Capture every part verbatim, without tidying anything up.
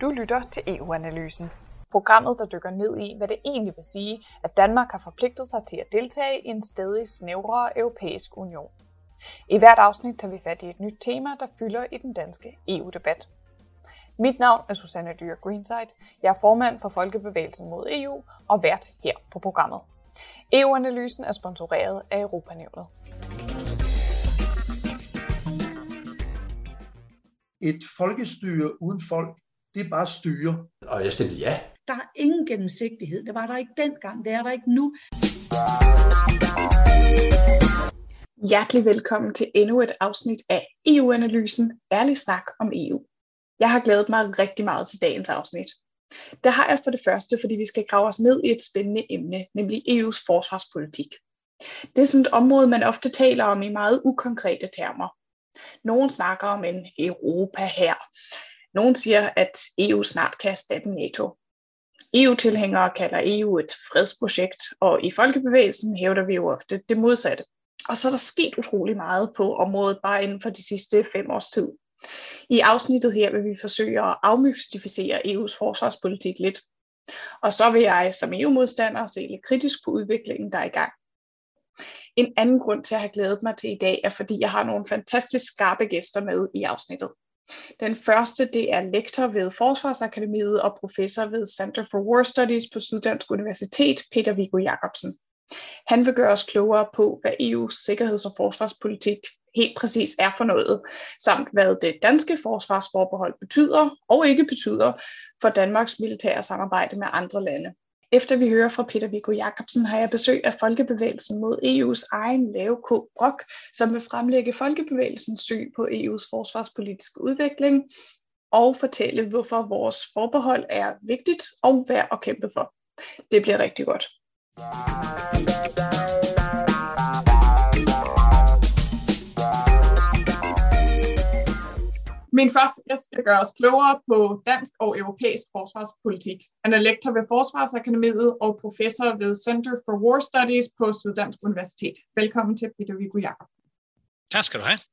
Du lytter til E U-analysen. Programmet, der dykker ned i, hvad det egentlig vil sige, at Danmark har forpligtet sig til at deltage i en stadig snævrere europæisk union. I hvert afsnit tager vi fat i et nyt tema, der fylder i den danske E U-debat. Mit navn er Susanne Dyre Greenside. Jeg er formand for Folkebevægelsen mod E U og vært her på programmet. E U-analysen er sponsoreret af Europanævnet. Et folkestyre uden folk, det er bare styre. Og jeg stemte ja. Der er ingen gennemsigtighed. Det var der ikke dengang, det er der ikke nu. Hjertelig velkommen til endnu et afsnit af E U-analysen, ærlig snak om E U. Jeg har glædet mig rigtig meget til dagens afsnit. Det har jeg for det første, fordi vi skal grave os ned i et spændende emne, nemlig E U's forsvarspolitik. Det er sådan et område, man ofte taler om i meget ukonkrete termer. Nogle snakker om en Europa her. Nogle siger, at E U snart kan erstatte NATO. E U-tilhængere kalder E U et fredsprojekt, og i Folkebevægelsen hævder vi jo ofte det modsatte. Og så er der sket utrolig meget på området bare inden for de sidste fem års tid. I afsnittet her vil vi forsøge at afmystificere E U's forsvarspolitik lidt. Og så vil jeg som E U-modstander se lidt kritisk på udviklingen, der er i gang. En anden grund til at have glædet mig til i dag er, fordi jeg har nogle fantastisk skarpe gæster med i afsnittet. Den første, det er lektor ved Forsvarsakademiet og professor ved Center for War Studies på Syddansk Universitet, Peter Viggo Jacobsen. Han vil gøre os klogere på, hvad E U's sikkerheds- og forsvarspolitik helt præcis er for noget, samt hvad det danske forsvarsforbehold betyder og ikke betyder for Danmarks militære samarbejde med andre lande. Efter vi hører fra Peter Viggo Jacobsen, har jeg besøg af Folkebevægelsen mod E U's egen Lave K. Brock, som vil fremlægge Folkebevægelsens syn på E U's forsvarspolitiske udvikling og fortælle, hvorfor vores forbehold er vigtigt og værd at kæmpe for. Det bliver rigtig godt. Min første gæst skal gøre os klogere på dansk og europæisk forsvarspolitik. Han er lektor ved Forsvarsakademiet og professor ved Center for War Studies på Syddansk Universitet. Velkommen til, Peter Viggo Jacobsen. Tak skal du have.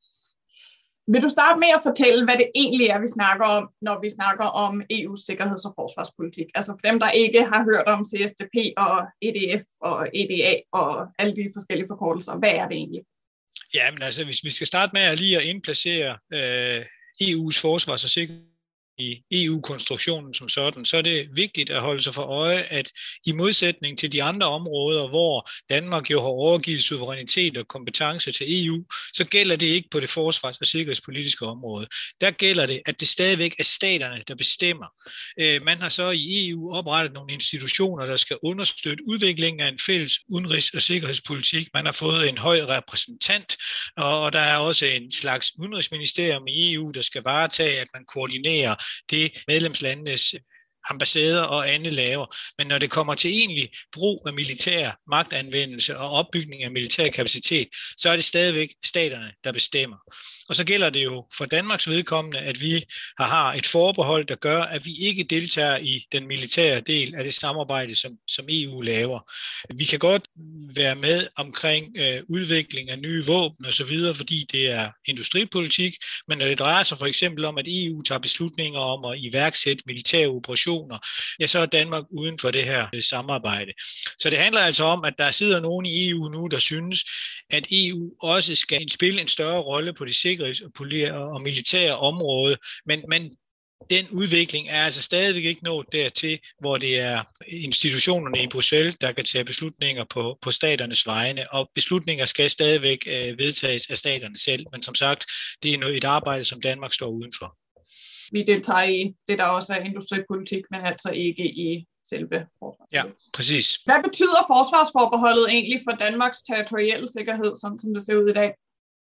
Vil du starte med at fortælle, hvad det egentlig er, vi snakker om, når vi snakker om E U's sikkerheds- og forsvarspolitik? Altså for dem, der ikke har hørt om C S D P og E D F og E D A og alle de forskellige forkortelser. Hvad er det egentlig? Ja, men altså, hvis vi skal starte med at lige at indplacere øh, E U's forsvars- og sikkerhed i E U-konstruktionen som sådan, så er det vigtigt at holde sig for øje, at i modsætning til de andre områder, hvor Danmark jo har overgivet suverænitet og kompetence til E U, så gælder det ikke på det forsvars- og sikkerhedspolitiske område. Der gælder det, at det stadigvæk er staterne, der bestemmer. Man har så i E U oprettet nogle institutioner, der skal understøtte udviklingen af en fælles udenrigs- og sikkerhedspolitik. Man har fået en høj repræsentant, og der er også en slags udenrigsministerium i E U, der skal varetage, at man koordinerer det medlemslandenes ambassader og andet laver. Men når det kommer til egentlig brug af militær magtanvendelse og opbygning af militær kapacitet, så er det stadigvæk staterne, der bestemmer. Og så gælder det jo for Danmarks vedkommende, at vi har et forbehold, der gør, at vi ikke deltager i den militære del af det samarbejde, som, som E U laver. Vi kan godt være med omkring øh, udvikling af nye våben osv., fordi det er industripolitik, men når det drejer sig for eksempel om, at E U tager beslutninger om at iværksætte militære operationer, ja, så er Danmark uden for det her øh, samarbejde. Så det handler altså om, at der sidder nogen i E U nu, der synes, at E U også skal spille en større rolle på det sikkerheds- og militære område, men, men den udvikling er altså stadigvæk ikke nået dertil, hvor det er institutionerne i Bruxelles, der kan tage beslutninger på, på staternes vegne, og beslutninger skal stadigvæk øh, vedtages af staterne selv, men som sagt, det er noget, et arbejde, som Danmark står udenfor. Vi deltager i det, der også er industripolitik, men altså ikke i selve forsvaret. Ja, præcis. Hvad betyder forsvarsforbeholdet egentlig for Danmarks territorielle sikkerhed, sådan som det ser ud i dag?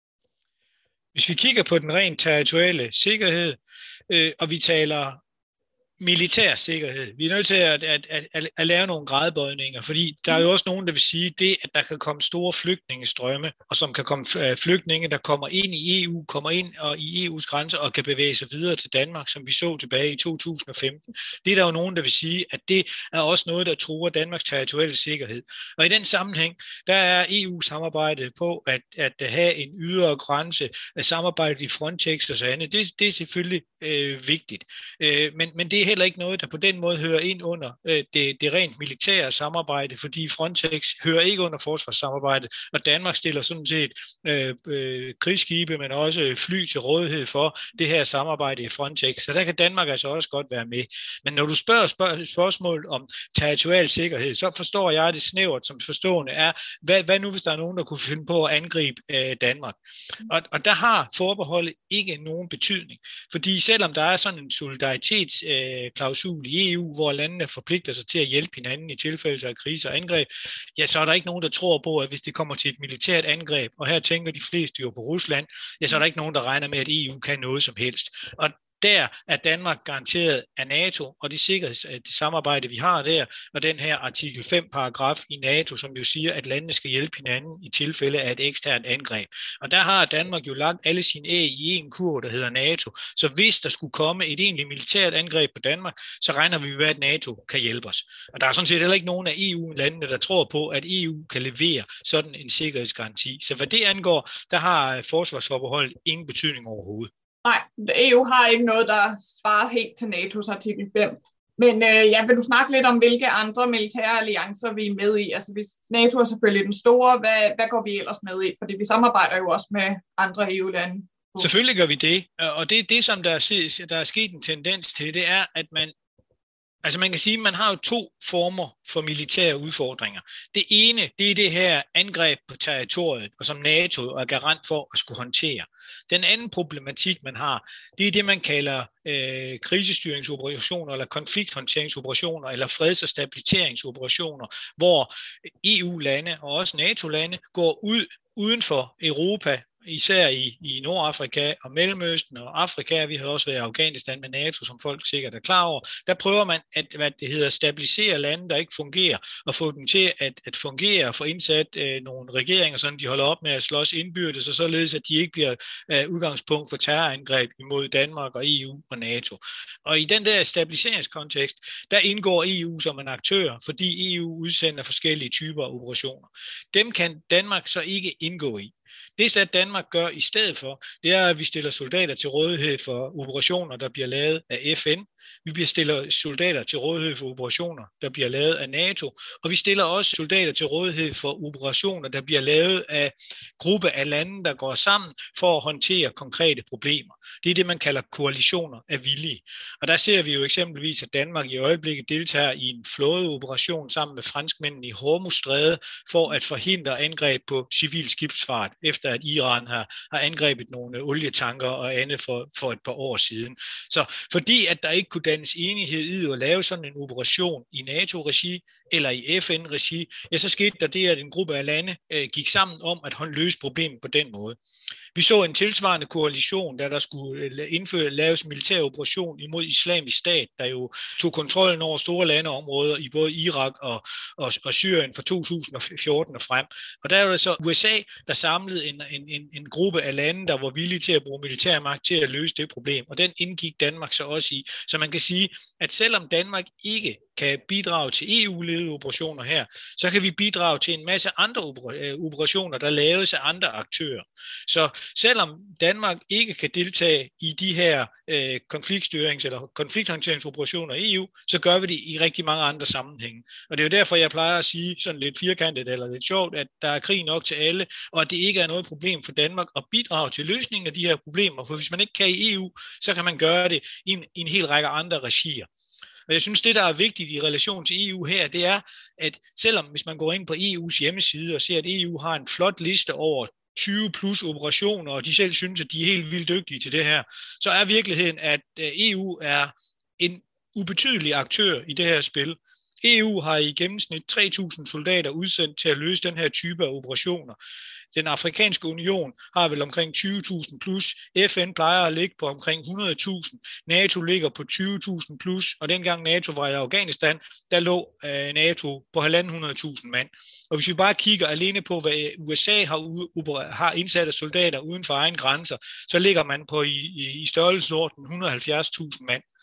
Hvis vi kigger på den rent territorielle sikkerhed, øh, og vi taler militær sikkerhed. Vi er nødt til at, at, at, at lave nogle gradbøjninger, fordi der er jo også nogen, der vil sige, det, at der kan komme store flygtningestrømme, og som kan komme flygtninge, der kommer ind i E U, kommer ind og i E U's grænser og kan bevæge sig videre til Danmark, som vi så tilbage i to tusind og femten. Det er der jo nogen, der vil sige, at det er også noget, der truer Danmarks territorielle sikkerhed. Og i den sammenhæng, der er E U-samarbejdet på at, at have en ydre grænse, at samarbejde i Frontex og så andet. Det, det er selvfølgelig øh, vigtigt. Øh, men, men det er heller ikke noget, der på den måde hører ind under øh, det, det rent militære samarbejde, fordi Frontex hører ikke under forsvarssamarbejdet, og Danmark stiller sådan set øh, øh, krigsskibe, men også fly til rådighed for det her samarbejde i Frontex. Så der kan Danmark altså også godt være med. Men når du spørger spørg- spørgsmål om territorial sikkerhed, så forstår jeg det snævert som forstående er, hvad, hvad nu hvis der er nogen, der kunne finde på at angribe øh, Danmark? Og, og der har forbeholdet ikke nogen betydning, fordi selvom der er sådan en solidaritetsklausul øh, i E U, hvor landene forpligter sig til at hjælpe hinanden i tilfælde af kriser og angreb, ja, så er der ikke nogen, der tror på, at hvis det kommer til et militært angreb, og her tænker de fleste jo på Rusland, ja, så er der ikke nogen, der regner med, at E U kan noget som helst. Og der er Danmark garanteret af NATO og det sikkerheds det samarbejde, vi har der, og den her artikel fem paragraf i NATO, som jo siger, at landene skal hjælpe hinanden i tilfælde af et eksternt angreb. Og der har Danmark jo lagt alle sine æg i en kurv, der hedder NATO. Så hvis der skulle komme et egentligt militært angreb på Danmark, så regner vi med, at NATO kan hjælpe os. Og der er sådan set heller ikke nogen af E U-landene, der tror på, at E U kan levere sådan en sikkerhedsgaranti. Så hvad det angår, der har forsvarsforbehold ingen betydning overhovedet. Nej, E U har ikke noget, der svarer helt til NATO's artikel fem. Men øh, ja, vil du snakke lidt om, hvilke andre militære alliancer vi er med i? Altså hvis NATO er selvfølgelig den store, hvad, hvad går vi ellers med i? Fordi vi samarbejder jo også med andre E U-lande. Selvfølgelig gør vi det, og det er det, som der er, der er sket en tendens til, det er, at man Altså man kan sige, at man har jo to former for militære udfordringer. Det ene, det er det her angreb på territoriet, og som NATO er garant for at skulle håndtere. Den anden problematik, man har, det er det, man kalder øh, krisestyringsoperationer, eller konflikthåndteringsoperationer, eller freds- og stabiliseringsoperationer, hvor E U-lande og også NATO-lande går ud uden for Europa, især i, i Nordafrika og Mellemøsten og Afrika. Vi har også været i Afghanistan med NATO, som folk sikkert er klar over. Der prøver man at hvad det hedder, stabilisere lande, der ikke fungerer, og få dem til at, at fungere og få indsat øh, nogle regeringer, så de holder op med at slås indbyrdes, og således at de ikke bliver øh, udgangspunkt for terrorangreb imod Danmark og E U og NATO. Og i den der stabiliseringskontekst, der indgår E U som en aktør, fordi E U udsender forskellige typer af operationer. Dem kan Danmark så ikke indgå i. Det, som Danmark gør i stedet for, det er, at vi stiller soldater til rådighed for operationer, der bliver lavet af F N. Vi bliver stiller soldater til rådighed for operationer, der bliver lavet af NATO. Og vi stiller også soldater til rådighed for operationer, der bliver lavet af gruppe af lande, der går sammen for at håndtere konkrete problemer. Det er det, man kalder koalitioner af villige. Og der ser vi jo eksempelvis, at Danmark i øjeblikket deltager i en flådeoperation sammen med franskmændene i Hormuzstrædet for at forhindre angreb på civil skibsfart, efter at Iran har, har angrebet nogle olietanker og andet for, for et par år siden. Så fordi at der ikke kunne dannes enighed i at lave sådan en operation i NATO-regi eller i F N-regi, ja, så skete der det, at en gruppe af lande øh, gik sammen om at løse problemet på den måde. Vi så en tilsvarende koalition, der der skulle indføre, laves militær operation imod Islamisk Stat, der jo tog kontrollen over store landeområder i både Irak og, og, og Syrien fra to tusind og fjorten og frem. Og der var det så U S A, der samlede en, en, en, en gruppe af lande, der var villige til at bruge militærmagt til at løse det problem. Og den indgik Danmark så også i. Så man kan sige, at selvom Danmark ikke kan bidrage til E U-ledede operationer her, så kan vi bidrage til en masse andre operationer, der laves af andre aktører. Så selvom Danmark ikke kan deltage i de her øh, konfliktstyrings- eller konflikthåndteringsoperationer i E U, så gør vi det i rigtig mange andre sammenhænge. Og det er jo derfor, jeg plejer at sige sådan lidt firkantet eller lidt sjovt, at der er krig nok til alle, og at det ikke er noget problem for Danmark at bidrage til løsningen af de her problemer. For hvis man ikke kan i E U, så kan man gøre det i en, i en hel række andre regier. Og jeg synes, det, der er vigtigt i relation til E U her, det er, at selvom hvis man går ind på E U's hjemmeside og ser, at E U har en flot liste over tyve plus operationer, og de selv synes, at de er helt vildt dygtige til det her, så er virkeligheden, at E U er en ubetydelig aktør i det her spil. E U har i gennemsnit tre tusind soldater udsendt til at løse den her type af operationer. Den afrikanske union har vel omkring tyve tusind plus. F N plejer at ligge på omkring hundrede tusind. NATO ligger på tyve tusind plus. Og dengang NATO var i Afghanistan, der lå øh, NATO på halvanden tusind mand. Og hvis vi bare kigger alene på, hvad U S A har, har indsat af soldater uden for egen grænser, så ligger man på i, i størrelsesorden et hundrede og halvfjerds tusind mand.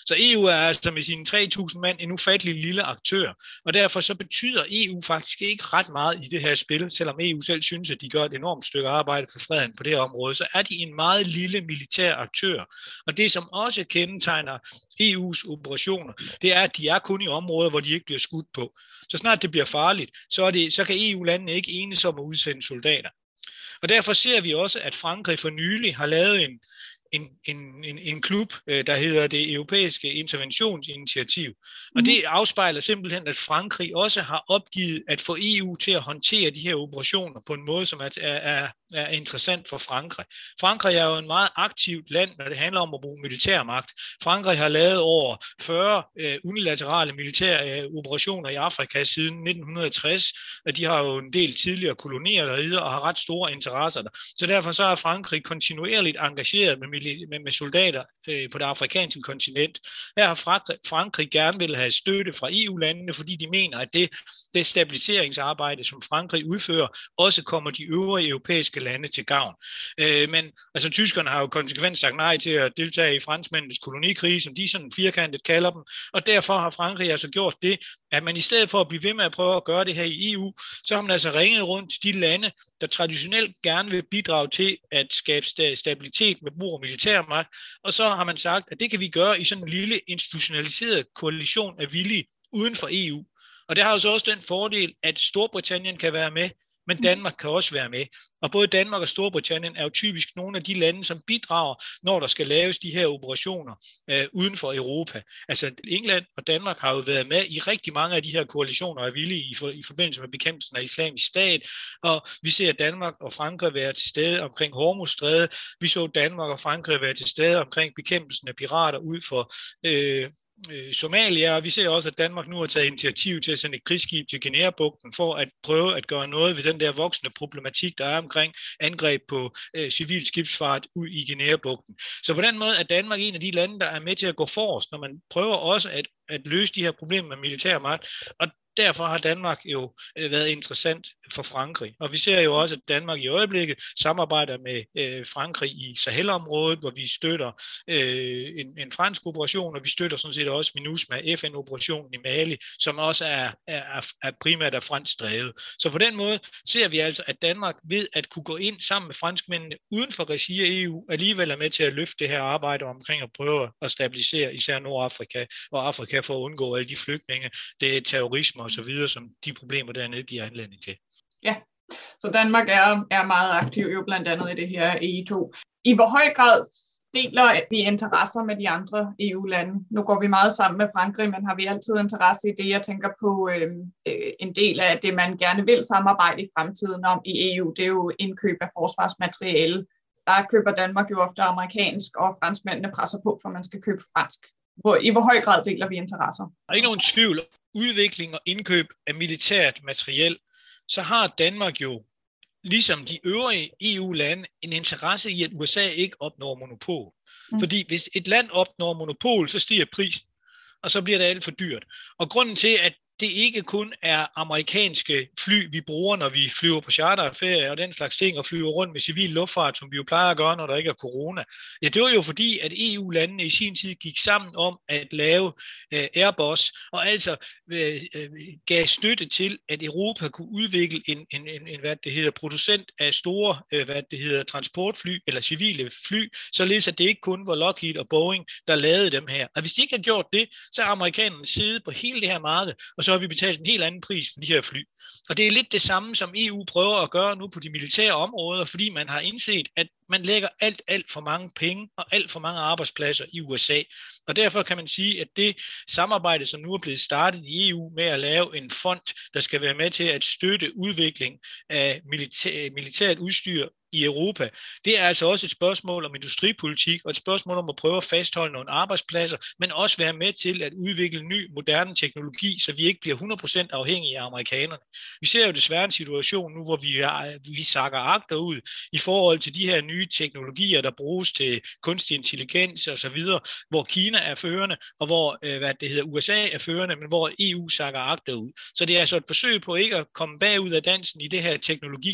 Så E U er altså med sine tre tusind mand en ufattelig lille aktør, og derfor så betyder E U faktisk ikke ret meget i det her spil, selvom E U selv synes, at de gør et enormt stykke arbejde for freden på det her område, så er de en meget lille militær aktør. Og det, som også kendetegner E U's operationer, det er, at de er kun i områder, hvor de ikke bliver skudt på. Så snart det bliver farligt, så, er det, så kan E U-landene ikke enes om at udsende soldater. Og derfor ser vi også, at Frankrig for nylig har lavet en, en, en, en, en klub, der hedder det Europæiske Interventionsinitiativ. Og det afspejler simpelthen, at Frankrig også har opgivet at få E U til at håndtere de her operationer på en måde, som er, er, er interessant for Frankrig. Frankrig er jo en meget aktivt land, når det handler om at bruge militærmagt. Frankrig har lavet over fyrre øh, unilaterale militære øh, operationer i Afrika siden nitten tres, og de har jo en del tidligere kolonier der og har ret store interesser der. Så derfor så er Frankrig kontinuerligt engageret med, med, med soldater øh, på det afrikanske kontinent. Her har Frankrig, Frankrig gerne vil have støtte fra E U-landene, fordi de mener, at det, det stabiliseringsarbejde, som Frankrig udfører, også kommer de øvrige europæiske lande til gavn. Øh, men altså tyskerne har jo konsekvent sagt nej til at deltage i franskmændenes kolonikrige, som de sådan firkantet kalder dem, og derfor har Frankrig altså gjort det, at man i stedet for at blive ved med at prøve at gøre det her i E U, så har man altså ringet rundt til de lande, der traditionelt gerne vil bidrage til at skabe stabilitet med brug af militærmagt, og så har man sagt, at det kan vi gøre i sådan en lille institutionaliseret koalition af villige uden for E U. Og det har jo så også den fordel, at Storbritannien kan være med, men Danmark kan også være med. Og både Danmark og Storbritannien er jo typisk nogle af de lande, som bidrager, når der skal laves de her operationer øh, uden for Europa. Altså England og Danmark har jo været med i rigtig mange af de her koalitioner af villige i, for, i forbindelse med bekæmpelsen af Islamisk Stat. Og vi ser Danmark og Frankrig være til stede omkring Hormuzstrædet. Vi så Danmark og Frankrig være til stede omkring bekæmpelsen af pirater ud for øh, Somalia, og vi ser også, at Danmark nu har taget initiativ til at sende et krigsskib til Guinea-bugten for at prøve at gøre noget ved den der voksende problematik, der er omkring angreb på øh, civil skibsfart ud i Guinea-bugten. Så på den måde er Danmark en af de lande, der er med til at gå forrest, når man prøver også at, at løse de her problemer med militærmagt, og derfor har Danmark jo været interessant for Frankrig. Og vi ser jo også, at Danmark i øjeblikket samarbejder med øh, Frankrig i Sahel-området, hvor vi støtter øh, en, en fransk operation, og vi støtter sådan set også MINUSMA, F N-operationen i Mali, som også er, er, er primært af fransk drevet. Så på den måde ser vi altså, at Danmark ved at kunne gå ind sammen med franskmændene uden for regi af E U, alligevel er med til at løfte det her arbejde omkring at prøve at stabilisere især Nordafrika og Afrika for at undgå alle de flygtninge, det er terrorisme og så videre, som de problemer dernede giver anledning til. Ja, så Danmark er, er meget aktiv jo blandt andet i det her E I to. I hvor høj grad deler vi interesser med de andre E U-lande? Nu går vi meget sammen med Frankrig, men har vi altid interesse i det? Jeg tænker på øh, en del af det, man gerne vil samarbejde i fremtiden om i E U. Det er jo indkøb af forsvarsmateriale. Der køber Danmark jo ofte amerikansk, og franskmændene presser på, for man skal købe fransk. Hvor, I hvor høj grad deler vi interesser? Der er ikke nogen tvivl. Udvikling og indkøb af militært materiel, så har Danmark jo, ligesom de øvrige E U-lande, en interesse i, at U S A ikke opnår monopol. Mm. Fordi hvis et land opnår monopol, så stiger prisen, og så bliver det alt for dyrt. Og grunden til, at det ikke kun er amerikanske fly, vi bruger, når vi flyver på charterferie og den slags ting, og flyver rundt med civil luftfart, som vi jo plejer at gøre, når der ikke er corona. Ja, det var jo fordi, at E U-landene i sin tid gik sammen om at lave uh, Airbus, og altså uh, gav støtte til, at Europa kunne udvikle en, en, en, en hvad det hedder, producent af store uh, hvad det hedder, transportfly, eller civile fly, således at det ikke kun var Lockheed og Boeing, der lavede dem her. Og hvis de ikke har gjort det, så har amerikanerne siddet på hele det her marked, og så har vi betalt en helt anden pris for de her fly. Og det er lidt det samme, som E U prøver at gøre nu på de militære områder, fordi man har indset, at man lægger alt, alt for mange penge og alt for mange arbejdspladser i U S A. Og derfor kan man sige, at det samarbejde, som nu er blevet startet i E U med at lave en fond, der skal være med til at støtte udvikling af militær, militært udstyr i Europa, det er altså også et spørgsmål om industripolitik og et spørgsmål om at prøve at fastholde nogle arbejdspladser, men også være med til at udvikle ny, moderne teknologi, så vi ikke bliver hundrede procent afhængige af amerikanerne. Vi ser jo desværre en situation nu, hvor vi, er, vi sakker agter ud i forhold til de her nye teknologier, der bruges til kunstig intelligens og så videre, hvor Kina er førende, og hvor øh, hvad det hedder, U S A er førende, men hvor E U sakker agter ud. Så det er altså et forsøg på ikke at komme bagud af dansen i det her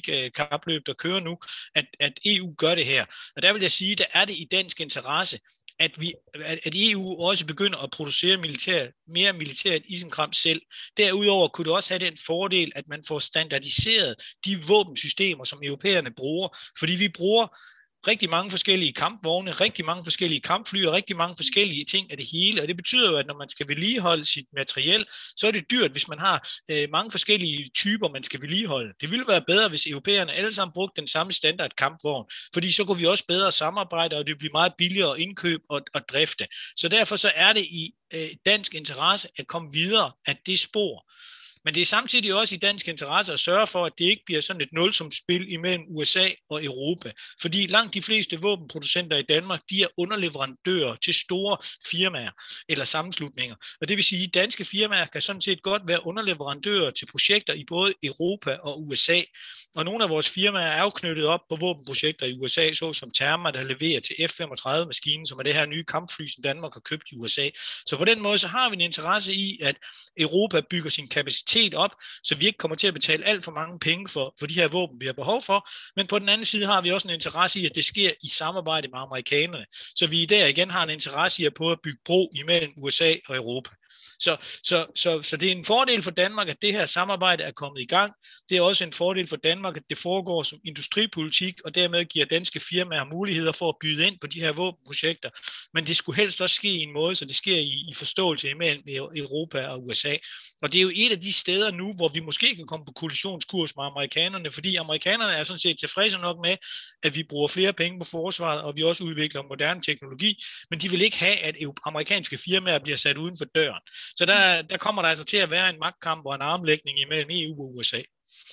teknologikapløb, der kører nu, at, at E U gør det her. Og der vil jeg sige, der er det i dansk interesse, at, vi, at E U også begynder at producere militær, mere militært isenkram selv. Derudover kunne det også have den fordel, at man får standardiseret de våbensystemer, som europæerne bruger, fordi vi bruger rigtig mange forskellige kampvogne, rigtig mange forskellige kampfly og rigtig mange forskellige ting af det hele, og det betyder jo, at når man skal vedligeholde sit materiel, så er det dyrt, hvis man har øh, mange forskellige typer, man skal vedligeholde. Det ville være bedre, hvis europæerne alle sammen brugte den samme standard kampvogn, fordi så kunne vi også bedre samarbejde, og det bliver meget billigere at indkøbe og, og drifte. Så derfor så er det i øh, dansk interesse at komme videre af det spor. Men det er samtidig også i dansk interesse at sørge for, at det ikke bliver sådan et nulsumsspil imellem U S A og Europa. Fordi langt de fleste våbenproducenter i Danmark, de er underleverandører til store firmaer eller sammenslutninger. Og det vil sige, at danske firmaer kan sådan set godt være underleverandører til projekter i både Europa og U S A. Og nogle af vores firmaer er jo knyttet op på våbenprojekter i U S A, såsom Therma, der leverer til F femogtredive-maskinen, som er det her nye kampfly, som Danmark har købt i U S A. Så på den måde så har vi en interesse i, at Europa bygger sin kapacitet op, så vi ikke kommer til at betale alt for mange penge for, for de her våben, vi har behov for. Men på den anden side har vi også en interesse i, at det sker i samarbejde med amerikanerne. Så vi der igen har en interesse i at prøve at bygge bro imellem U S A og Europa. Så, så, så, så det er en fordel for Danmark, at det her samarbejde er kommet i gang. Det er også en fordel for Danmark, at det foregår som industripolitik, og dermed giver danske firmaer muligheder for at byde ind på de her våbenprojekter. Men det skulle helst også ske i en måde, så det sker i, i forståelse imellem Europa og U S A. Og det er jo et af de steder nu, hvor vi måske kan komme på kollisionskurs med amerikanerne, fordi amerikanerne er sådan set tilfredse nok med, at vi bruger flere penge på forsvaret, og vi også udvikler moderne teknologi, men de vil ikke have, at amerikanske firmaer bliver sat uden for døren. Så der, der kommer der altså til at være en magtkamp og en armlægning imellem E U og U S A.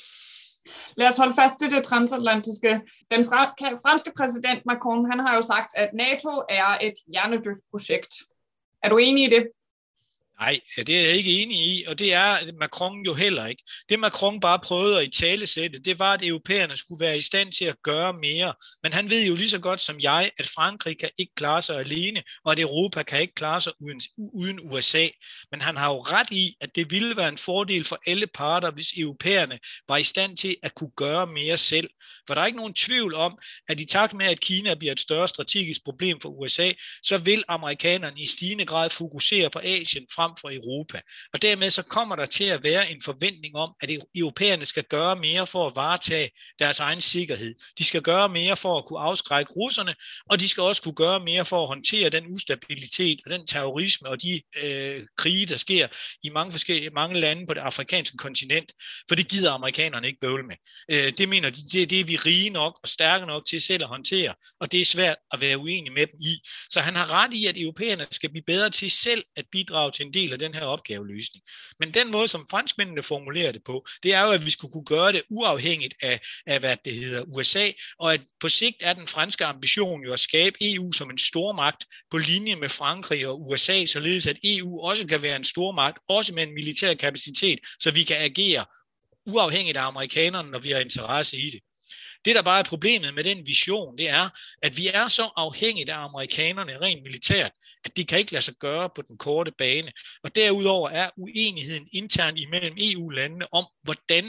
Lad os holde fast til det transatlantiske. Den franske præsident Macron, han har jo sagt, at NATO er et hjernedødt projekt. Er du enig i det? Nej, det er jeg ikke enig i, og det er Macron jo heller ikke. Det Macron bare prøvede at italesætte, det var, at europæerne skulle være i stand til at gøre mere. Men han ved jo lige så godt som jeg, at Frankrig kan ikke klare sig alene, og at Europa kan ikke klare sig uden, uden U S A. Men han har jo ret i, at det ville være en fordel for alle parter, hvis europæerne var i stand til at kunne gøre mere selv. For der er ikke nogen tvivl om, at i takt med, at Kina bliver et større strategisk problem for U S A, så vil amerikanerne i stigende grad fokusere på Asien frem for Europa. Og dermed så kommer der til at være en forventning om, at europæerne skal gøre mere for at varetage deres egen sikkerhed. De skal gøre mere for at kunne afskrække russerne, og de skal også kunne gøre mere for at håndtere den ustabilitet og den terrorisme og de øh, krige, der sker i mange forskellige mange lande på det afrikanske kontinent. For det gider amerikanerne ikke bøvle med. Øh, det mener de, det, det er vi rige nok og stærke nok til selv at håndtere, og det er svært at være uenig med dem i. Så han har ret i, at europæerne skal blive bedre til selv at bidrage til en del af den her opgaveløsning. Men den måde, som franskmændene formulerer det på, det er jo, at vi skulle kunne gøre det uafhængigt af, af hvad det hedder, U S A, og at på sigt er den franske ambition jo at skabe E U som en stormagt på linje med Frankrig og U S A, således at E U også kan være en stormagt, også med en militær kapacitet, så vi kan agere uafhængigt af amerikanerne, når vi har interesse i det. Det, der bare er problemet med den vision, det er, at vi er så afhængige af amerikanerne rent militært, at det kan ikke lade sig gøre på den korte bane. Og derudover er uenigheden internt imellem E U-landene om, hvordan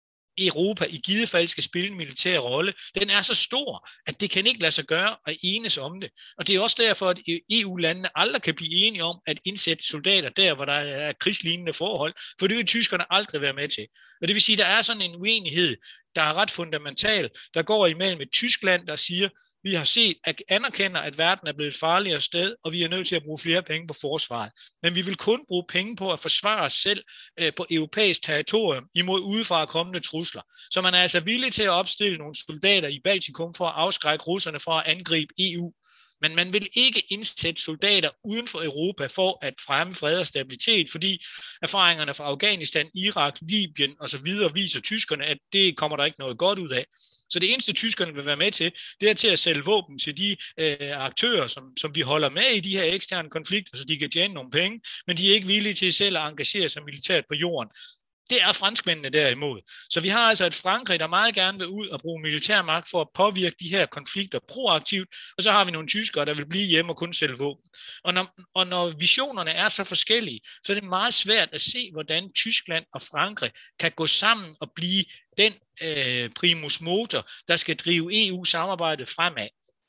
Europa i givet fald skal spille en militær rolle, den er så stor, at det kan ikke lade sig gøre at enes om det. Og det er også derfor, at E U-landene aldrig kan blive enige om at indsætte soldater der, hvor der er krigslignende forhold, for det vil tyskerne aldrig være med til. Og det vil sige, at der er sådan en uenighed, der er ret fundamental, der går imellem et Tyskland, der siger, vi har set, at anerkender, at verden er blevet et farligere sted, og vi er nødt til at bruge flere penge på forsvaret. Men vi vil kun bruge penge på at forsvare os selv øh, på europæisk territorium imod udefra kommende trusler. Så man er altså villig til at opstille nogle soldater i Baltikum for at afskrække russerne fra at angribe E U. Men man vil ikke indsætte soldater uden for Europa for at fremme fred og stabilitet, fordi erfaringerne fra Afghanistan, Irak, Libyen osv. viser tyskerne, at det kommer der ikke noget godt ud af. Så det eneste, tyskerne vil være med til, det er til at sælge våben til de øh, aktører, som, som vi holder med i de her eksterne konflikter, så de kan tjene nogle penge, men de er ikke villige til selv at engagere sig militært på jorden. Det er franskmændene derimod. Så vi har altså et Frankrig, der meget gerne vil ud og bruge militærmagt for at påvirke de her konflikter proaktivt, og så har vi nogle tyskere, der vil blive hjemme og kun sælge våben. Og når, og når visionerne er så forskellige, så er det meget svært at se, hvordan Tyskland og Frankrig kan gå sammen og blive den øh, primus motor, der skal drive E U-samarbejdet fremad.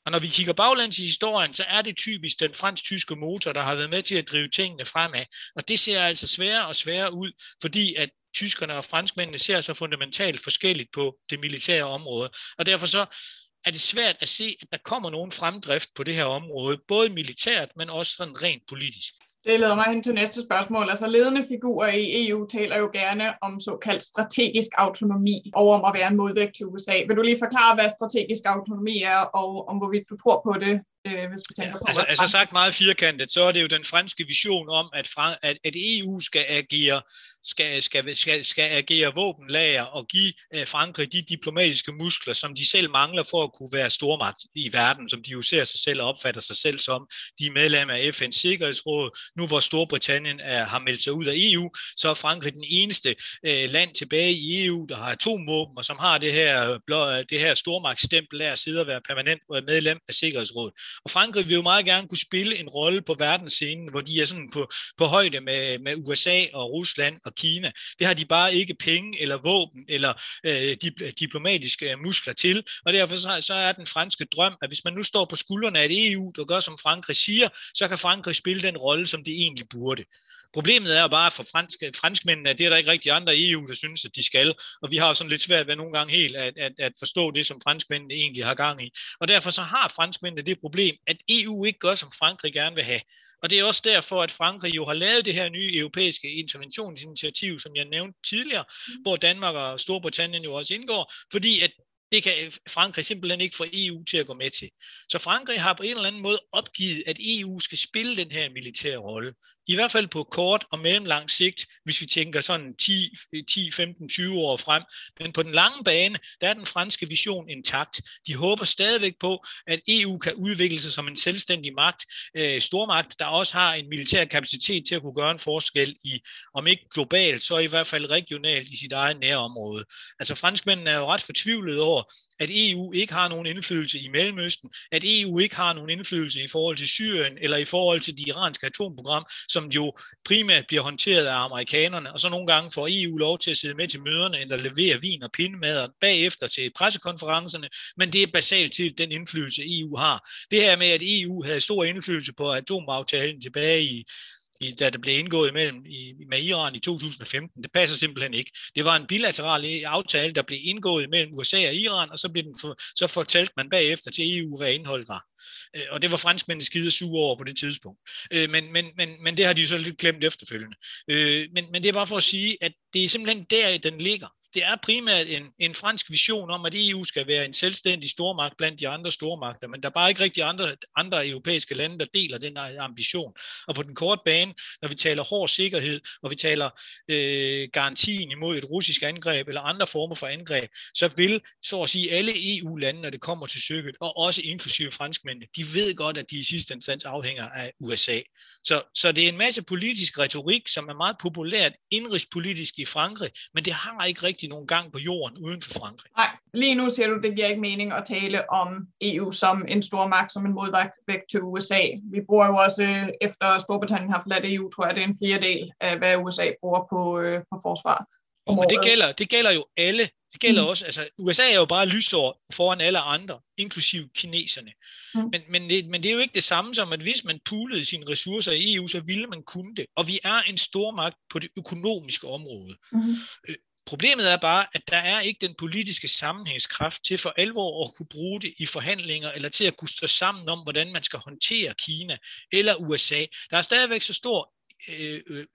Og når vi kigger baglæns i historien, så er det typisk den fransk-tyske motor, der har været med til at drive tingene fremad. Og det ser altså sværere og sværere ud, fordi at tyskerne og franskmændene ser så fundamentalt forskelligt på det militære område. Og derfor så er det svært at se, at der kommer nogen fremdrift på det her område, både militært, men også sådan rent politisk. Det leder mig hen til næste spørgsmål. Altså ledende figurer i E U taler jo gerne om såkaldt strategisk autonomi, og om at være en modvægt til U S A. Vil du lige forklare, hvad strategisk autonomi er, og om hvorvidt du tror på det, øh, hvis vi tænker ja, på altså, altså sagt meget firkantet, så er det jo den franske vision om, at, fra, at, at E U skal agere Skal, skal, skal, skal agere våbenlager og give øh, Frankrig de diplomatiske muskler, som de selv mangler for at kunne være stormagt i verden, som de jo ser sig selv og opfatter sig selv som. De er medlemmer af F N's Sikkerhedsråd. Nu hvor Storbritannien er, har meldt sig ud af E U, så er Frankrig den eneste øh, land tilbage i E U, der har atomvåben, og som har det her, blå, det her stormagtsstempel af at sidde og være permanent medlem af Sikkerhedsrådet. Og Frankrig vil jo meget gerne kunne spille en rolle på verdensscenen, hvor de er sådan på, på højde med, med U S A og Rusland og Kina. Det har de bare ikke penge eller våben eller øh, diplomatiske muskler til, og derfor så, så er den franske drøm, at hvis man nu står på skuldrene af et E U, der gør som Frankrig siger, så kan Frankrig spille den rolle, som det egentlig burde. Problemet er jo bare for franske, franskmændene, at det er der ikke rigtig andre i E U, der synes, at de skal, og vi har sådan lidt svært ved nogle gange helt at, at, at forstå det, som franskmændene egentlig har gang i. Og derfor så har franskmændene det problem, at E U ikke gør, som Frankrig gerne vil have. Og det er også derfor, at Frankrig jo har lavet det her nye europæiske interventionsinitiativ, som jeg nævnte tidligere, hvor Danmark og Storbritannien jo også indgår, fordi at det kan Frankrig simpelthen ikke få E U til at gå med til. Så Frankrig har på en eller anden måde opgivet, at E U skal spille den her militære rolle. I hvert fald på kort og mellemlang sigt, hvis vi tænker sådan ti, femten, tyve år frem. Men på den lange bane, der er den franske vision intakt. De håber stadigvæk på, at E U kan udvikle sig som en selvstændig magt, øh, stormagt, der også har en militær kapacitet til at kunne gøre en forskel i, om ikke globalt, så i hvert fald regionalt i sit eget nærområde. Altså franskmændene er jo ret fortvivlede over, at E U ikke har nogen indflydelse i Mellemøsten, at E U ikke har nogen indflydelse i forhold til Syrien eller i forhold til det iranske atomprogram, som jo primært bliver håndteret af amerikanerne, og så nogle gange får E U lov til at sidde med til møderne eller levere vin og pindemad bagefter til pressekonferencerne, men det er basalt til den indflydelse E U har. Det her med, at E U havde stor indflydelse på atomaftalen tilbage i I, da det blev indgået imellem i, med Iran i to tusind og femten. Det passer simpelthen ikke. Det var en bilateral aftale, der blev indgået mellem U S A og Iran, og så, blev den for, så fortalte man bagefter til E U, hvad indholdet var. Og det var franskmændene skide sure over på det tidspunkt. Men, men, men, men det har de så lidt glemt efterfølgende. Men, men det er bare for at sige, at det er simpelthen der, den ligger. Det er primært en, en fransk vision om, at E U skal være en selvstændig stormagt blandt de andre stormagter, men der er bare ikke rigtig andre, andre europæiske lande, der deler den ambition. Og på den korte bane, når vi taler hård sikkerhed, og vi taler øh, garantien imod et russisk angreb eller andre former for angreb, så vil så at sige alle E U-lande, når det kommer til stykket, og også inklusive franskmændene, de ved godt, at de i sidste instans afhænger af U S A. Så, så det er en masse politisk retorik, som er meget populært indrigspolitisk i Frankrig, men det har ikke rigtig nogen gang på jorden uden for Frankrig. Nej, lige nu siger du, det giver ikke mening at tale om E U som en stormagt, som en modvægt til U S A. Vi bruger jo også, efter Storbritannien har forladt E U, tror jeg, det er en fjerdedel af, hvad U S A bruger på, øh, på forsvar. Jo, men det gælder, det gælder jo alle. Det gælder mm. også, altså U S A er jo bare lysår foran alle andre, inklusive kineserne. Mm. Men, men, det, men det er jo ikke det samme som, at hvis man poolede sine ressourcer i E U, så ville man kunne det. Og vi er en stormagt på det økonomiske område. Mm. Øh, Problemet er bare, at der er ikke den politiske sammenhængskraft til for alvor at kunne bruge det i forhandlinger, eller til at kunne stå sammen om, hvordan man skal håndtere Kina eller U S A. Der er stadigvæk så stor øh, øh,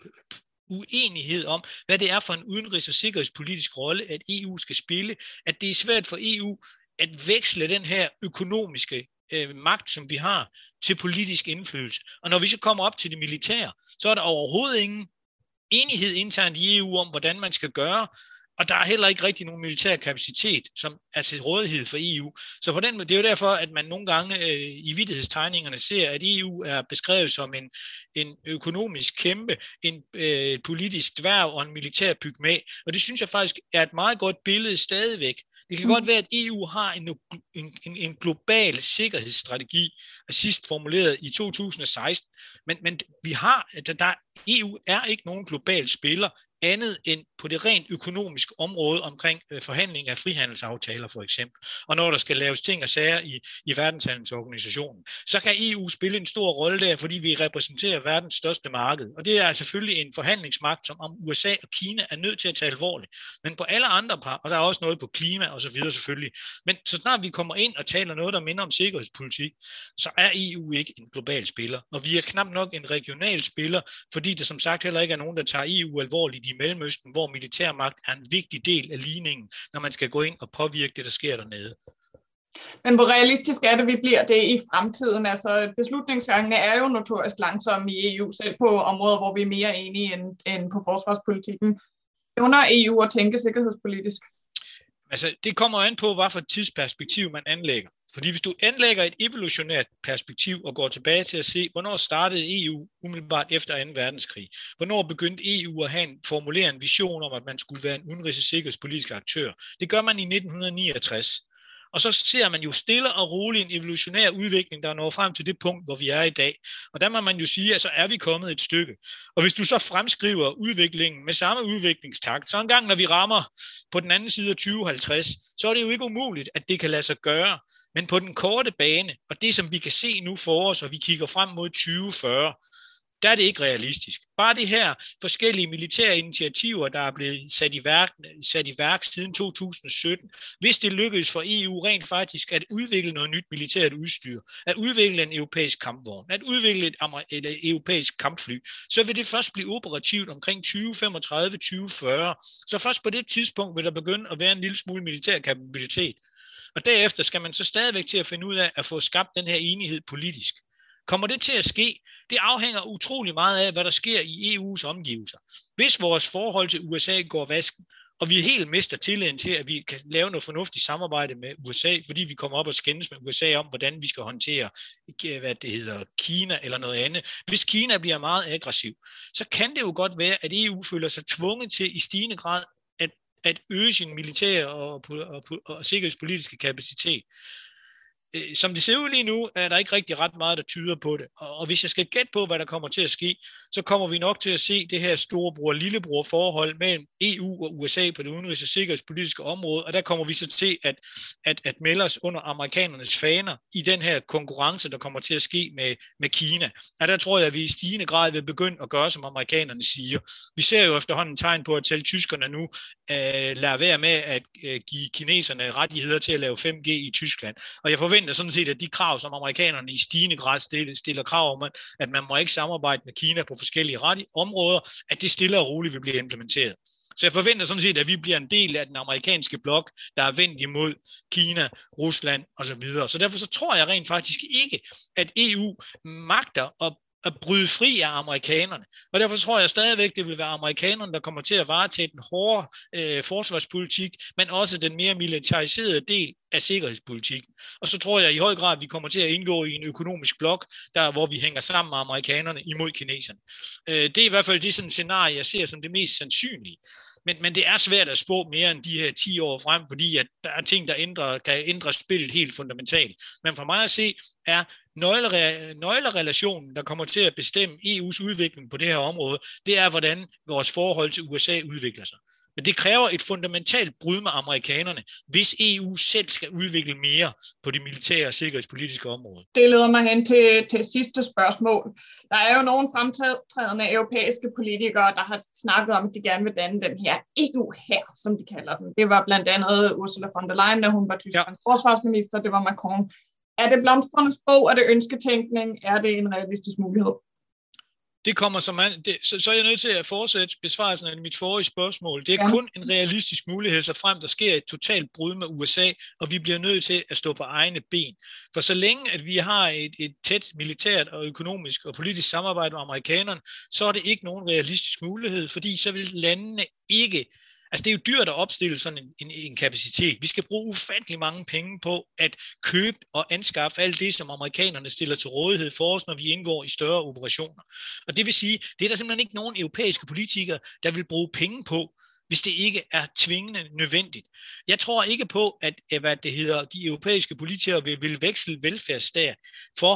uenighed om, hvad det er for en udenrigs- og sikkerhedspolitisk rolle, at E U skal spille, at det er svært for E U at veksle den her økonomiske øh, magt, som vi har, til politisk indflydelse. Og når vi så kommer op til det militære, så er der overhovedet ingen enighed internt i E U om, hvordan man skal gøre, og der er heller ikke rigtig nogen militær kapacitet, som er til rådighed for E U. Så på den måde, det er jo derfor, at man nogle gange øh, i vittighedstegningerne ser, at E U er beskrevet som en, en økonomisk kæmpe, en øh, politisk dværg og en militær pygmæ. Og det synes jeg faktisk er et meget godt billede stadigvæk. Det kan mm. godt være, at E U har en, en, en global sikkerhedsstrategi, sidst formuleret i to tusind og seksten, men, men vi har, der, der, E U er ikke nogen global spiller andet end på det rent økonomiske område omkring øh, forhandling af frihandelsaftaler for eksempel. Og når der skal laves ting og sager i, i verdenshandelsorganisationen, så kan E U spille en stor rolle der, fordi vi repræsenterer verdens største marked. Og det er selvfølgelig en forhandlingsmagt, som om U S A og Kina er nødt til at tage alvorligt. Men på alle andre par, og der er også noget på klima og så videre selvfølgelig. Men så snart vi kommer ind og taler noget, der minder om sikkerhedspolitik, så er E U ikke en global spiller. Og vi er knap nok en regional spiller, fordi der som sagt heller ikke er nogen, der tager E U alvorligt i Mellemøsten, hvor militærmagt er en vigtig del af ligningen, når man skal gå ind og påvirke det, der sker dernede. Men hvor realistisk er det, vi bliver det i fremtiden? Altså beslutningsgangene er jo notorisk langsomme i E U, selv på områder, hvor vi er mere enige end, end på forsvarspolitikken. Under E U at tænke sikkerhedspolitisk? Altså, det kommer an på, hvad for et tidsperspektiv man anlægger. Fordi hvis du anlægger et evolutionært perspektiv og går tilbage til at se, hvornår startede E U umiddelbart efter anden verdenskrig? Hvornår begyndte E U at have en, formulere en vision om, at man skulle være en udenrigs- og sikkerhedspolitisk aktør? Det gør man i nitten niogtres. Og så ser man jo stille og roligt en evolutionær udvikling, der når frem til det punkt, hvor vi er i dag. Og der må man jo sige, at så er vi kommet et stykke. Og hvis du så fremskriver udviklingen med samme udviklingstakt, så en gang når vi rammer på den anden side af tyve halvtreds, så er det jo ikke umuligt, at det kan lade sig gøre. Men på den korte bane, og det som vi kan se nu for os, og vi kigger frem mod tyve fyrre, der er det ikke realistisk. Bare de her forskellige militære initiativer, der er blevet sat i værk, sat i værk siden to tusind sytten, hvis det lykkedes for E U rent faktisk at udvikle noget nyt militært udstyr, at udvikle en europæisk kampvogn, at udvikle et, et europæisk kampfly, så vil det først blive operativt omkring tyve femogtredive til tyve fyrre. Så først på det tidspunkt vil der begynde at være en lille smule militær kapabilitet. Og derefter skal man så stadigvæk til at finde ud af at få skabt den her enighed politisk. Kommer det til at ske? Det afhænger utrolig meget af, hvad der sker i E U's omgivelser. Hvis vores forhold til U S A går vasken, og vi helt mister tilliden til, at vi kan lave noget fornuftigt samarbejde med U S A, fordi vi kommer op og skændes med U S A om, hvordan vi skal håndtere, hvad det hedder, Kina eller noget andet. Hvis Kina bliver meget aggressiv, så kan det jo godt være, at E U føler sig tvunget til i stigende grad at, at øge sin militære og, og, og, og sikkerhedspolitiske kapacitet. Som det ser ud lige nu, er der ikke rigtig ret meget, der tyder på det. Og hvis jeg skal gætte på, hvad der kommer til at ske, så kommer vi nok til at se det her storebror-lillebror forhold mellem E U og U S A på det udenrigs- og sikkerhedspolitiske område, og der kommer vi så til at, at, at melde os under amerikanernes faner i den her konkurrence, der kommer til at ske med, med Kina. Og der tror jeg, at vi i stigende grad vil begynde at gøre, som amerikanerne siger. Vi ser jo efterhånden tegn på, at selv tyskerne nu øh, lader være med at øh, give kineserne rettigheder til at lave fem G i Tyskland. Og jeg forventer sådan set, at de krav, som amerikanerne i stigende grad stiller, stiller krav om, at man må ikke samarbejde med Kina på forskellige områder, at det stille og roligt vil blive implementeret. Så jeg forventer sådan set, at vi bliver en del af den amerikanske blok, der er vendt imod Kina, Rusland osv. Så derfor så tror jeg rent faktisk ikke, at E U magter at at bryde fri af amerikanerne. Og derfor tror jeg stadigvæk, det vil være amerikanerne, der kommer til at varetage den hårde øh, forsvarspolitik, men også den mere militariserede del af sikkerhedspolitikken. Og så tror jeg i høj grad, at vi kommer til at indgå i en økonomisk blok, der, hvor vi hænger sammen med amerikanerne imod kineserne. Øh, det er i hvert fald det sådan et scenarie, jeg ser som det mest sandsynlige. Men, men det er svært at spå mere end de her ti år frem, fordi at der er ting, der ændrer, kan ændre spillet helt fundamentalt. Men for mig at se, er nøgle, nøglerelationen, der kommer til at bestemme E U's udvikling på det her område, det er, hvordan vores forhold til U S A udvikler sig. Men det kræver et fundamentalt brud med amerikanerne, hvis E U selv skal udvikle mere på det militære og sikkerhedspolitiske område. Det leder mig hen til, til sidste spørgsmål. Der er jo nogle fremtrædende europæiske politikere, der har snakket om, at de gerne vil danne den her E U-hær, som de kalder den. Det var blandt andet Ursula von der Leyen, da hun var Tysklands ja. forsvarsminister, det var Macron. Er det blomstrende sprog? Er det ønsketænkning? Er det en realistisk mulighed? Det kommer som man, det, så, så er jeg nødt til at fortsætte besvarelsen af mit forrige spørgsmål. Det er ja. kun en realistisk mulighed, så frem der sker et totalt brud med U S A, og vi bliver nødt til at stå på egne ben. For så længe at vi har et, et tæt militært og økonomisk og politisk samarbejde med amerikanerne, så er det ikke nogen realistisk mulighed, fordi så vil landene ikke. Altså det er jo dyrt at opstille sådan en, en, en kapacitet. Vi skal bruge ufattelig mange penge på at købe og anskaffe alt det, som amerikanerne stiller til rådighed for os, når vi indgår i større operationer. Og det vil sige, det er der simpelthen ikke nogen europæiske politikere, der vil bruge penge på, hvis det ikke er tvingende nødvendigt. Jeg tror ikke på, at hvad det hedder, de europæiske politikere vil, vil veksle velfærdsstat for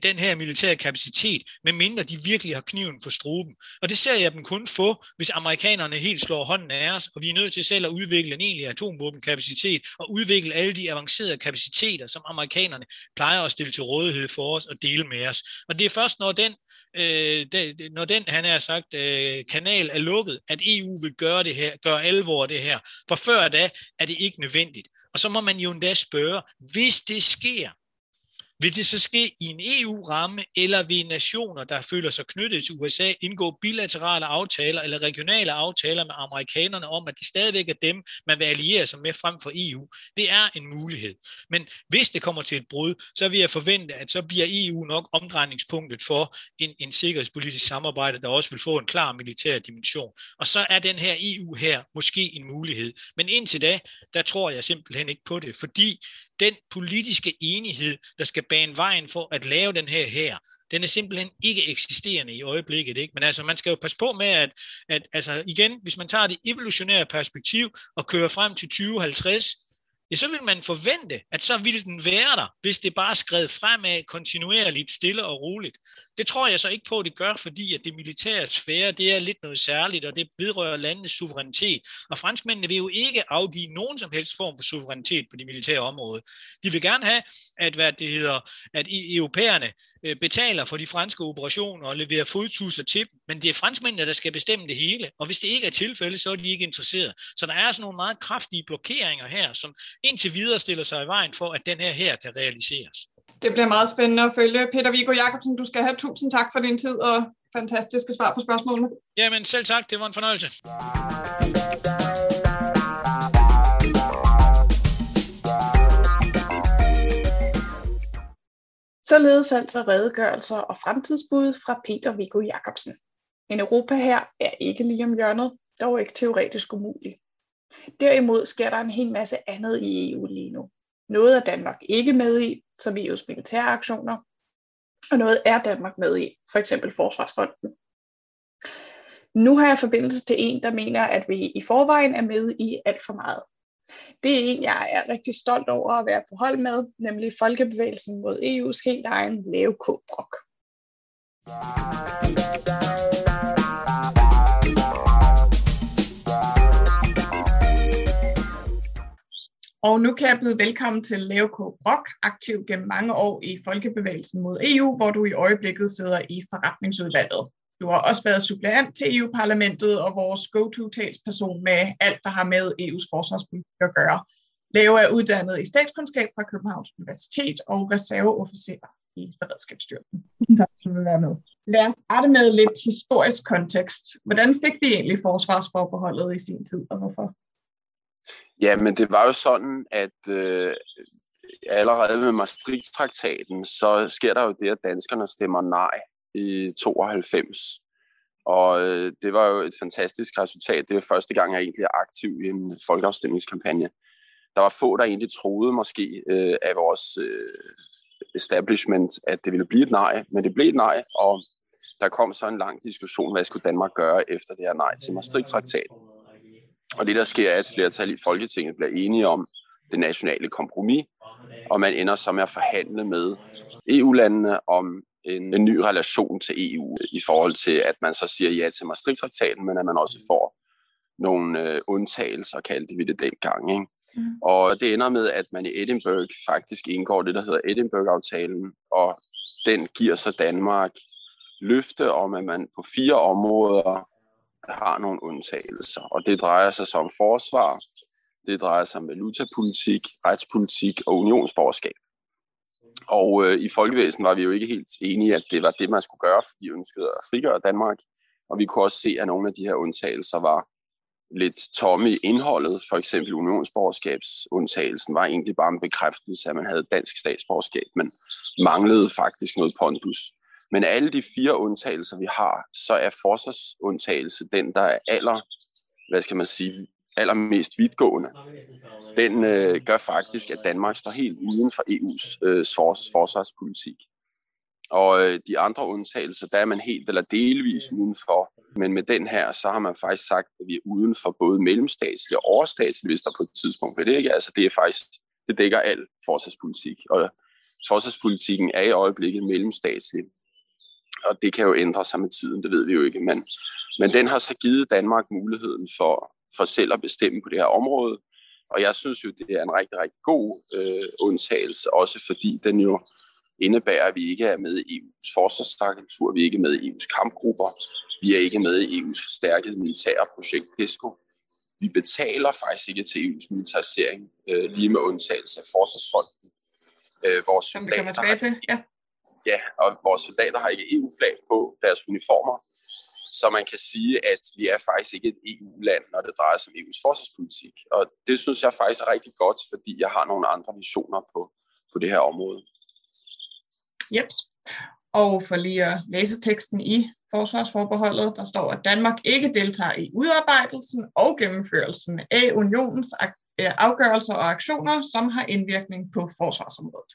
den her militære kapacitet, medmindre de virkelig har kniven for struben. Og det ser jeg dem kun få, hvis amerikanerne helt slår hånden af os, og vi er nødt til selv at udvikle en egentlig atomvåbenkapacitet, og udvikle alle de avancerede kapaciteter, som amerikanerne plejer at stille til rådighed for os og dele med os. Og det er først, når den Øh, det, når den, han har sagt, øh, kanal er lukket, at E U vil gøre det her, gøre alvor af det her. For før da er det ikke nødvendigt. Og så må man jo endda spørge, hvis det sker, vil det så ske i en E U-ramme, eller vil nationer, der føler sig knyttet til U S A, indgå bilaterale aftaler eller regionale aftaler med amerikanerne om, at det stadigvæk er dem, man vil alliere sig med frem for E U? Det er en mulighed. Men hvis det kommer til et brud, så vil jeg forvente, at så bliver E U nok omdrejningspunktet for en, en sikkerhedspolitisk samarbejde, der også vil få en klar militær dimension. Og så er den her E U her måske en mulighed. Men indtil da, der tror jeg simpelthen ikke på det, fordi den politiske enighed, der skal bane vejen for at lave den her her, den er simpelthen ikke eksisterende i øjeblikket. Ikke? Men altså, man skal jo passe på med, at, at altså, igen, hvis man tager det evolutionære perspektiv og kører frem til tyve halvtreds, ja, så vil man forvente, at så ville den være der, hvis det bare skred fremad kontinuerligt, stille og roligt. Det tror jeg så ikke på, at det gør, fordi at det militære sfære, det er lidt noget særligt, og det vedrører landenes suverænitet. Og franskmændene vil jo ikke afgive nogen som helst form for suverænitet på det militære område. De vil gerne have, at, hvad det hedder, at europæerne betaler for de franske operationer og leverer fodtusser til dem, men det er franskmændene, der skal bestemme det hele, og hvis det ikke er tilfældet, så er de ikke interesseret. Så der er sådan nogle meget kraftige blokeringer her, som indtil videre stiller sig i vejen for, at den her her kan realiseres. Det bliver meget spændende at følge. Peter Viggo Jacobsen, du skal have tusind tak for din tid og fantastiske svar på spørgsmålene. Jamen selv tak, det var en fornøjelse. Således altså redegørelser og fremtidsbud fra Peter Viggo Jacobsen. En Europa her er ikke lige om hjørnet, dog ikke teoretisk umuligt. Derimod sker der en hel masse andet i E U lige nu. Noget er Danmark ikke med i, som E U's militære aktioner, og noget er Danmark med i, for eksempel Forsvarsfonden. Nu har jeg forbindelse til en, der mener, at vi i forvejen er med i alt for meget. Det er en, jeg er rigtig stolt over at være på hold med, nemlig Folkebevægelsen mod E U's helt egen Leo K. Brock. Og nu kan jeg byde velkommen til Leo K. Brock, aktiv gennem mange år i Folkebevægelsen mod E U, hvor du i øjeblikket sidder i forretningsudvalget. Du har også været suppleant til E U-parlamentet og vores go-to-talsperson med alt, der har med E U's forsvarspolitik at gøre. Leo er uddannet i statskundskab fra Københavns Universitet og reserveofficer i Beredskabsstyrelsen. Tak, for at være med. Lad os starte med lidt historisk kontekst. Hvordan fik vi egentlig forsvarsforbeholdet i sin tid, og hvorfor? Ja, men det var jo sådan, at øh, allerede med Maastricht-traktaten, så sker der jo det, at danskerne stemmer nej i tooghalvfems. Og øh, det var jo et fantastisk resultat. Det var første gang, jeg egentlig er aktiv i en folkeafstemningskampagne. Der var få, der egentlig troede måske øh, af vores øh, establishment, at det ville blive et nej, men det blev et nej, og der kom så en lang diskussion, hvad skulle Danmark gøre efter det her nej til Maastricht-traktaten. Og det, der sker, er, at flertal i Folketinget bliver enige om det nationale kompromis, og man ender så med at forhandle med E U-landene om en, en ny relation til E U i forhold til, at man så siger ja til Maastricht-traktaten, men at man også får nogle øh, undtagelser, kaldte vi det dengang. Ikke? Mm. Og det ender med, at man i Edinburgh faktisk indgår det, der hedder Edinburgh-aftalen, og den giver så Danmark løfte om, at man på fire områder har nogle undtagelser. Og det drejer sig så om forsvar, det drejer sig om valutapolitik, retspolitik og unionsborgerskab. Og øh, i Folkebevægelsen var vi jo ikke helt enige, at det var det, man skulle gøre, fordi vi ønskede at frigøre Danmark. Og vi kunne også se, at nogle af de her undtagelser var lidt tomme i indholdet. For eksempel unionsborgerskabsundtagelsen var egentlig bare en bekræftelse, at man havde dansk statsborgerskab, men manglede faktisk noget pondus. Men alle de fire undtagelser, vi har, så er forsvarsundtagelse den, der er aller, hvad skal man sige, allermest vidtgående. Den øh, gør faktisk, at Danmark står helt uden for E U's øh, forsvarspolitik. Og øh, de andre undtagelser, der er man helt eller delvis udenfor. Men med den her, så har man faktisk sagt, at vi er uden for både mellemstatslige og overstatslige, hvis der på et tidspunkt er det ikke. Altså det er faktisk, det dækker al forsvarspolitik. Og forsvarspolitikken er i øjeblikket mellemstatslig, og det kan jo ændre sig med tiden, det ved vi jo ikke, men, men den har så givet Danmark muligheden for, for selv at bestemme på det her område, og jeg synes jo, det er en rigtig, rigtig god øh, undtagelse, også fordi den jo indebærer, at vi ikke er med i E U's forsvarsagentur, vi er ikke med i E U's kampgrupper, vi er ikke med i E U's forstærkede militære projekt PESCO. Vi betaler faktisk ikke til E U's militarisering, øh, lige med undtagelse af forsvarsfonden. Øh, vores Som vi kommer tilbage til, ja. Ja, og vores soldater har ikke E U-flag på deres uniformer, så man kan sige, at vi er faktisk ikke et E U-land, når det drejer sig om E U's forsvarspolitik. Og det synes jeg faktisk er rigtig godt, fordi jeg har nogle andre visioner på, på det her område. Jeps. Og for lige at læse teksten i forsvarsforbeholdet, der står, at Danmark ikke deltager i udarbejdelsen og gennemførelsen af unionens afgørelser og aktioner, som har indvirkning på forsvarsområdet.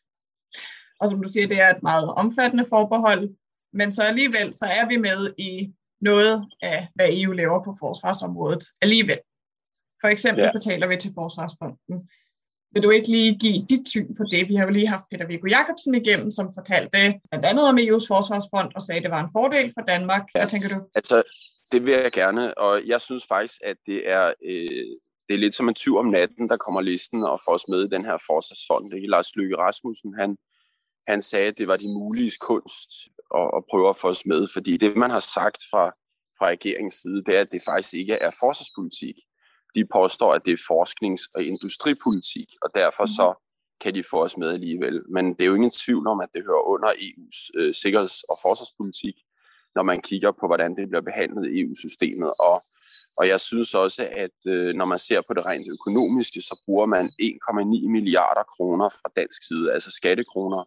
Og som du siger, det er et meget omfattende forbehold, men så alligevel så er vi med i noget af, hvad E U laver på forsvarsområdet alligevel. For eksempel ja. betaler vi til Forsvarsfonden. Vil du ikke lige give dit syn på det? Vi har jo lige haft Peter Viggo Jacobsen igennem, som fortalte blandt andet om E U's forsvarsfond og sagde, at det var en fordel for Danmark. Hvad ja. tænker du? Altså, det vil jeg gerne, og jeg synes faktisk, at det er, øh, det er lidt som en tyv om natten, der kommer listen og får os med i den her forsvarsfond. Ikke? Lars Løkke Rasmussen, han, han sagde, at det var de muliges kunst at, at prøve at få os med, fordi det, man har sagt fra, fra regeringens side, det er, at det faktisk ikke er forsvarspolitik. De påstår, at det er forsknings- og industripolitik, og derfor så kan de få os med alligevel. Men det er jo ingen tvivl om, at det hører under E U's øh, sikkerheds- og forsvarspolitik, når man kigger på, hvordan det bliver behandlet i E U-systemet. Og, og jeg synes også, at øh, når man ser på det rent økonomiske, så bruger man en komma ni milliarder kroner fra dansk side, altså skattekroner.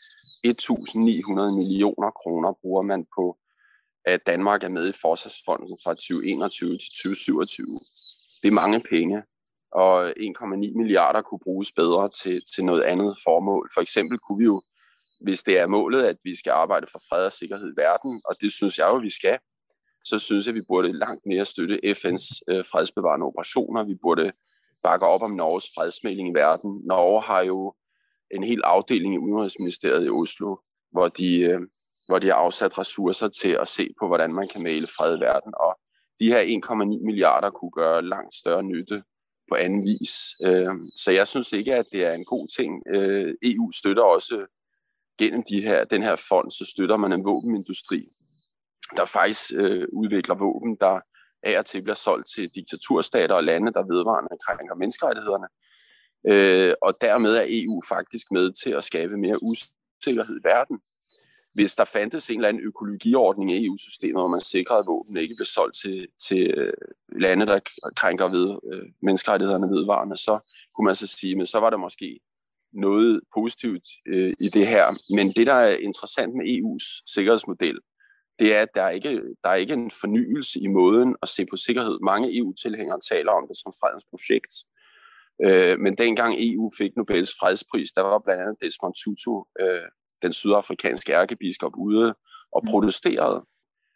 et tusind ni hundrede millioner kroner bruger man på, at Danmark er med i Forsvarsfonden fra tyve enogtyve til tyve syvogtyve. Det er mange penge, og en komma ni milliarder kunne bruges bedre til, til noget andet formål. For eksempel kunne vi jo, hvis det er målet, at vi skal arbejde for fred og sikkerhed i verden, og det synes jeg jo, vi skal, så synes jeg, at vi burde langt mere støtte F N's øh, fredsbevarende operationer. Vi burde bakke op om Norges fredsmægling i verden. Norge har jo en hel afdeling i Udenrigsministeriet i Oslo, hvor de, øh, hvor de har afsat ressourcer til at se på, hvordan man kan mægle fred i verden, og de her en komma ni milliarder kunne gøre langt større nytte på anden vis. Så jeg synes ikke, at det er en god ting. E U støtter også gennem de her, den her fond, så støtter man en våbenindustri, der faktisk udvikler våben, der af og til bliver solgt til diktaturstater og lande, der vedvarende krænker menneskerettighederne. Og dermed er E U faktisk med til at skabe mere usikkerhed i verden. Hvis der fandtes en eller anden økologiordning i E U-systemet, hvor man sikrede, at våben ikke blev solgt til, til lande, der krænker ved øh, menneskerettighederne vedvarende, så kunne man så sige, men så var der måske noget positivt øh, i det her. Men det, der er interessant med E U's sikkerhedsmodel, det er, at der ikke der er ikke en fornyelse i måden at se på sikkerhed. Mange E U-tilhængere taler om det som fredens projekt. Øh, men dengang E U fik Nobels fredspris, der var blandt andet Desmond Tutu, øh, den sydafrikanske ærkebiskop, ude og protesterede.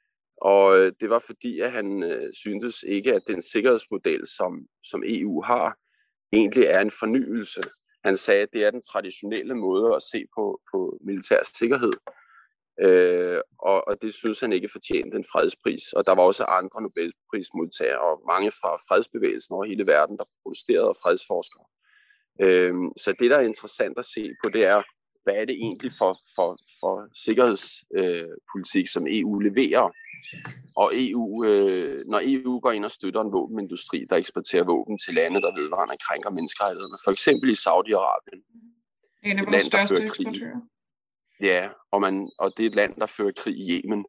Og øh, det var fordi, at han øh, syntes ikke, at den sikkerhedsmodel, som, som E U har, egentlig er en fornyelse. Han sagde, at det er den traditionelle måde at se på, på militær sikkerhed. Øh, og, og det synes han ikke fortjente en fredspris. Og der var også andre Nobelprismodtagere, og mange fra fredsbevægelsen over hele verden, der protesterede, og fredsforskere. Øh, så det, der er interessant at se på, det er, hvad er det egentlig for, for, for sikkerhedspolitik, øh, som E U leverer? Og E U, øh, når E U går ind og støtter en våbenindustri, der eksporterer våben til lande, der vedvarende krænker menneskerettighederne, for eksempel i Saudi-Arabien, en af vores største eksportører. Ja, og, man, og det er et land, der fører krig i Yemen.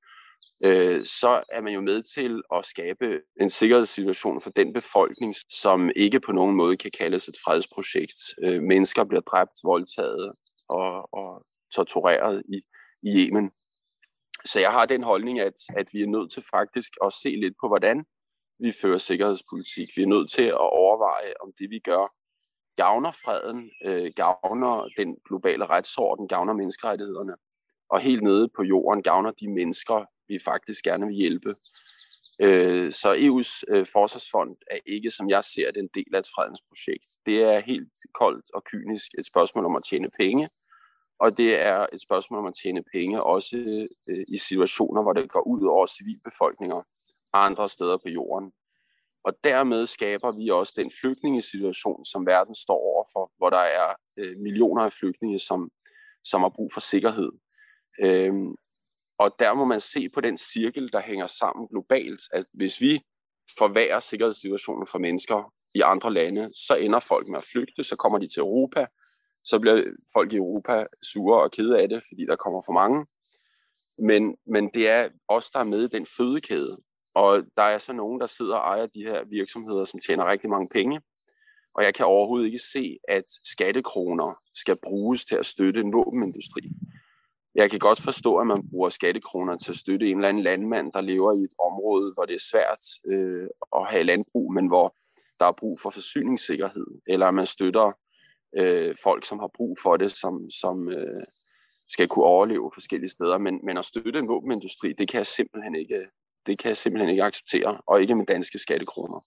Øh, så er man jo med til at skabe en sikkerhedssituation for den befolkning, som ikke på nogen måde kan kaldes et fredsprojekt. Øh, mennesker bliver dræbt, voldtaget og, og tortureret i, i Yemen. Så jeg har den holdning, at, at vi er nødt til faktisk at se lidt på, hvordan vi fører sikkerhedspolitik. Vi er nødt til at overveje, om det vi gør gavner freden, øh, gavner den globale retsorden, gavner menneskerettighederne, og helt nede på jorden gavner de mennesker, vi faktisk gerne vil hjælpe. Øh, så E U's øh, forsvarsfond er ikke, som jeg ser det, en del af et fredens projekt. Det er helt koldt og kynisk et spørgsmål om at tjene penge, og det er et spørgsmål om at tjene penge, også øh, i situationer, hvor det går ud over civilbefolkninger andre steder på jorden. Og dermed skaber vi også den flygtningesituation, som verden står overfor, hvor der er øh, millioner af flygtninge, som, som har brug for sikkerhed. Øhm, og der må man se på den cirkel, der hænger sammen globalt. At hvis vi forværrer sikkerhedssituationen for mennesker i andre lande, så ender folk med at flygte, så kommer de til Europa, så bliver folk i Europa sure og kede af det, fordi der kommer for mange. Men, men det er os, der er med i den fødekæde. Og der er så nogen, der sidder og ejer de her virksomheder, som tjener rigtig mange penge. Og jeg kan overhovedet ikke se, at skattekroner skal bruges til at støtte en våbenindustri. Jeg kan godt forstå, at man bruger skattekroner til at støtte en eller anden landmand, der lever i et område, hvor det er svært øh, at have landbrug, men hvor der er brug for forsyningssikkerhed. Eller at man støtter øh, folk, som har brug for det, som, som øh, skal kunne overleve forskellige steder. Men, men at støtte en våbenindustri, det kan jeg simpelthen ikke... Det kan jeg simpelthen ikke acceptere, og ikke med danske skattekroner.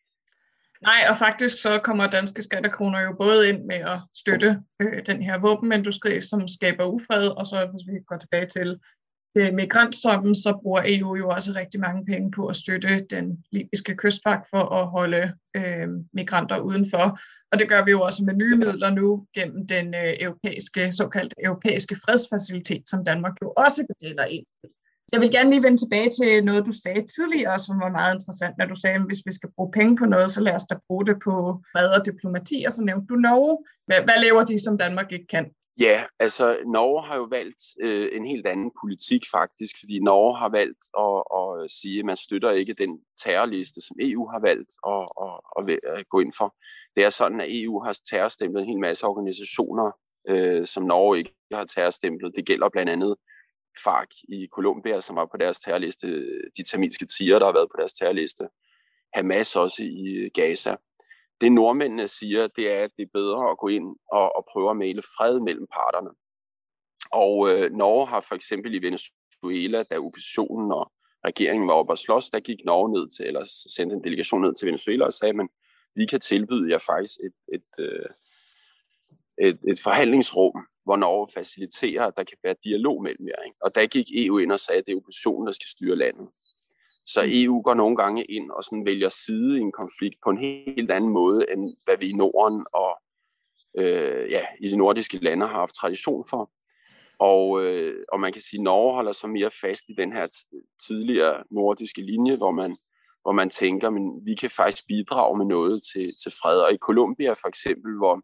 Nej, og faktisk så kommer danske skattekroner jo både ind med at støtte øh, den her våbenindustri, som skaber ufred, og så hvis vi går tilbage til øh, migrantstrømmen, så bruger E U jo også rigtig mange penge på at støtte den libyske kystvagt for at holde øh, migranter udenfor. Og det gør vi jo også med nye midler nu gennem den øh, europæiske, såkaldte europæiske fredsfacilitet, som Danmark jo også betaler ind. Jeg vil gerne lige vende tilbage til noget, du sagde tidligere, som var meget interessant, når du sagde, at hvis vi skal bruge penge på noget, så lad os da bruge det på fred og diplomati, og så nævnte du Norge. Hvad, hvad laver de, som Danmark ikke kan? Ja, altså Norge har jo valgt øh, en helt anden politik faktisk, fordi Norge har valgt at, at sige, at man støtter ikke den terrorliste, som E U har valgt at, at, at gå ind for. Det er sådan, at E U har terrorstemplet en hel masse organisationer, øh, som Norge ikke har terrorstemplet. Det gælder blandt andet FARC i Colombia, som var på deres terrorliste, de tamilske tiger, der har været på deres terrorliste, Hamas også i Gaza. Det nordmændene siger, det er, at det er bedre at gå ind og, og prøve at mægle fred mellem parterne. Og øh, Norge har for eksempel i Venezuela, da oppositionen og regeringen var oppe at slås, der gik Norge ned til, eller sendte en delegation ned til Venezuela og sagde, men vi kan tilbyde jer faktisk et, et, et, et, et forhandlingsrum, hvor Norge faciliterer, at der kan være dialog mellem jer. Ikke? Og der gik E U ind og sagde, at det er oppositionen, der skal styre landet. Så E U går nogle gange ind og sådan vælger side i en konflikt på en helt anden måde, end hvad vi i Norden og øh, ja, i de nordiske lande har haft tradition for. Og, øh, og man kan sige, at Norge holder så mere fast i den her tidligere nordiske linje, hvor man, hvor man tænker, at vi kan faktisk bidrage med noget til, til fred. Og i Colombia for eksempel, hvor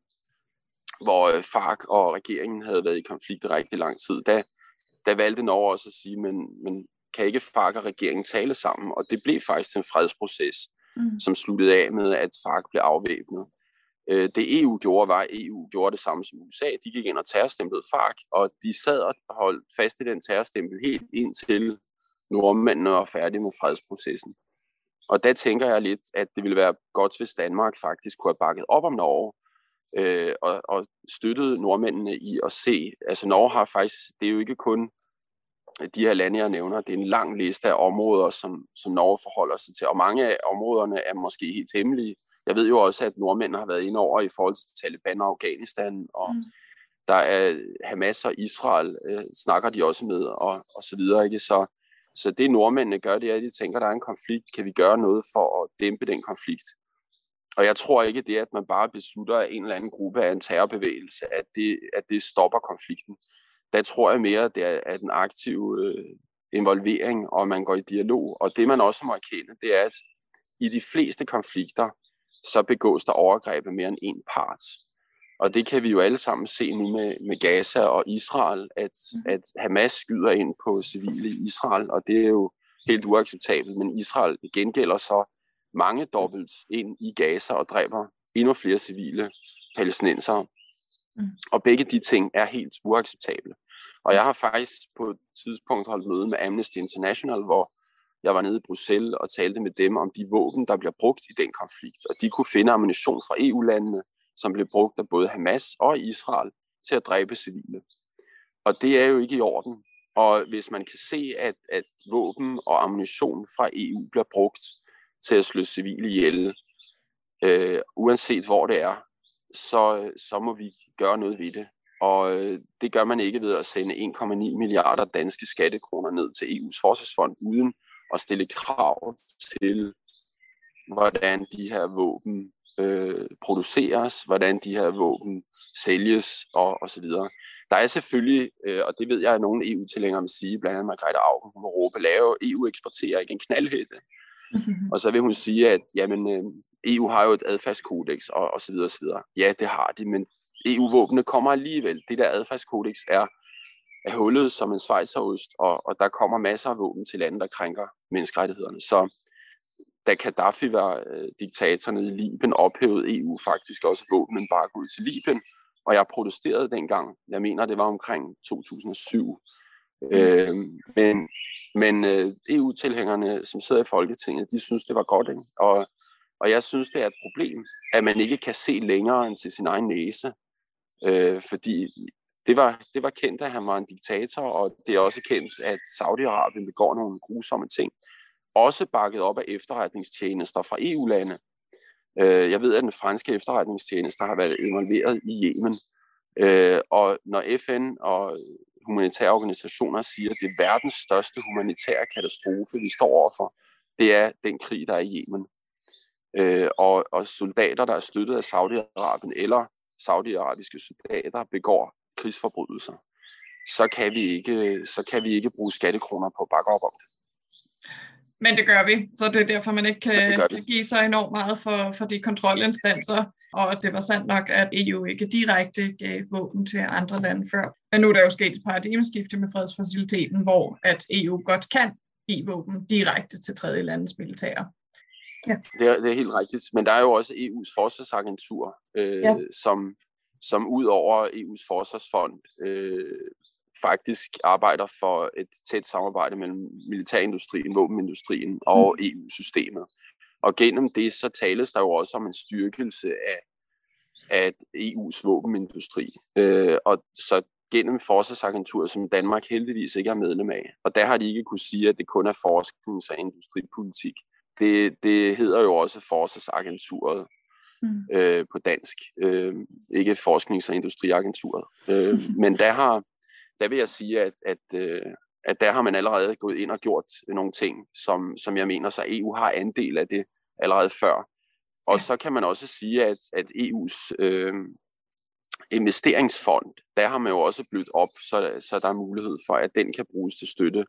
hvor FARC og regeringen havde været i konflikt i rigtig lang tid, der, der valgte Norge også at sige, men, men kan ikke FARC og regeringen tale sammen? Og det blev faktisk en fredsproces, mm. som sluttede af med, at FARC blev afvæbnet. Det E U gjorde, var, at E U gjorde det samme som U S A. De gik ind og terrorstemplede FARC, og de sad og holdt fast i den terrorstempel helt indtil nordmændene var færdige med fredsprocessen. Og der tænker jeg lidt, at det ville være godt, hvis Danmark faktisk kunne have bakket op om Norge, Øh, og, og støttede nordmændene i at se, altså Norge har faktisk, det er jo ikke kun de her lande, jeg nævner, det er en lang liste af områder, som, som Norge forholder sig til, og mange af områderne er måske helt hemmelige. Jeg ved jo også, at nordmændene har været inde over i forhold til Taliban og Afghanistan, og mm. der er Hamas og Israel, øh, snakker de også med, og, og så videre, ikke? Så, så det nordmændene gør, det er, at de tænker, der er en konflikt, kan vi gøre noget for at dæmpe den konflikt? Og jeg tror ikke, det er, at man bare beslutter, at en eller anden gruppe af en terrorbevægelse, at det, at det stopper konflikten. Der tror jeg mere, at det er en aktiv øh, involvering, og man går i dialog. Og det, man også må erkende, det er, at i de fleste konflikter, så begås der overgreb af mere end en part. Og det kan vi jo alle sammen se nu med, med Gaza og Israel, at, at Hamas skyder ind på civile i Israel, og det er jo helt uacceptabelt. Men Israel gengælder så mange dobbelt ind i Gaza og dræber endnu flere civile palæstinensere. Mm. Og begge de ting er helt uacceptable. Og jeg har faktisk på et tidspunkt holdt møde med Amnesty International, hvor jeg var nede i Bruxelles og talte med dem om de våben, der bliver brugt i den konflikt. Og de kunne finde ammunition fra E U-landene, som blev brugt af både Hamas og Israel til at dræbe civile. Og det er jo ikke i orden. Og hvis man kan se, at, at våben og ammunition fra E U bliver brugt til at slå civile ihjel, øh, uanset hvor det er, så, så må vi gøre noget ved det. Og øh, det gør man ikke ved at sende en komma ni milliarder danske skattekroner ned til E U's forsvarsfond, uden at stille krav til, hvordan de her våben øh, produceres, hvordan de her våben sælges og, og så videre. Der er selvfølgelig, øh, og det ved jeg, at nogle E U-tilhængere vil sige, blandt andet Margrethe Auken, hun vil råbe, lave E U eksporterer ikke en knaldhætte. Mm-hmm. Og så vil hun sige, at jamen, øh, E U har jo et adfærdskodex og, og så videre og så videre. Ja, det har de, men E U-våbene kommer alligevel. Det der adfærdskodex er, er hullet som en schweizerost, og, og der kommer masser af våben til lande, der krænker menneskerettighederne. Så da Gaddafi var øh, diktatoren i Libyen, ophævede E U faktisk også våbenembargoet til Libyen, og jeg protesterede dengang. Jeg mener, det var omkring to tusind og syv. Mm. Øh, men men øh, E U-tilhængerne, som sidder i Folketinget, de synes, det var godt, ikke? Og, og jeg synes, det er et problem, at man ikke kan se længere end til sin egen næse. Øh, fordi det var, det var kendt, at han var en diktator, og det er også kendt, at Saudi-Arabien begår nogle grusomme ting. Også bakket op af efterretningstjenester fra E U-lande. Øh, jeg ved, at den franske efterretningstjeneste har været involveret i Yemen. Øh, og når F N og humanitære organisationer siger, at det er verdens største humanitære katastrofe, vi står overfor, det er den krig, der er i Yemen. Øh, og, og soldater, der er støttet af Saudi-Arabien, eller saudiarabiske soldater, begår krigsforbrydelser, så kan vi ikke, så kan vi ikke bruge skattekroner på at bakke op om det. Men det gør vi, så det er derfor, man ikke kan, kan give så enormt meget for, for de kontrolinstanser. Og det var sandt nok, at E U ikke direkte gav våben til andre lande før. Men nu er der jo sket et paradigmeskifte med fredsfaciliteten, hvor at E U godt kan give våben direkte til tredje landes militære. Ja. Det, er, det er helt rigtigt, men der er jo også E U's forsvarsagentur, øh, ja. som, som ud over E U's forsvarsfond øh, faktisk arbejder for et tæt samarbejde mellem militærindustrien, våbenindustrien og mm. E U-systemet. Og gennem det så tales der jo også om en styrkelse af, af E U's våbenindustri. Øh, og så gennem forsvarsagenturer, som Danmark heldigvis ikke er medlem af. Og der har de ikke kunne sige, at det kun er forsknings- og industripolitik. Det, det hedder jo også forsvarsagenturet mm. øh, på dansk. Øh, ikke forsknings- og industriagenturet. Øh, men der har der vil jeg sige, at, at, at der har man allerede gået ind og gjort nogle ting, som, som jeg mener, så E U har andel af det allerede før. Og så kan man også sige, at, at E U's øh, investeringsfond, der har man jo også blødt op, så, så der er mulighed for, at den kan bruges til støtte.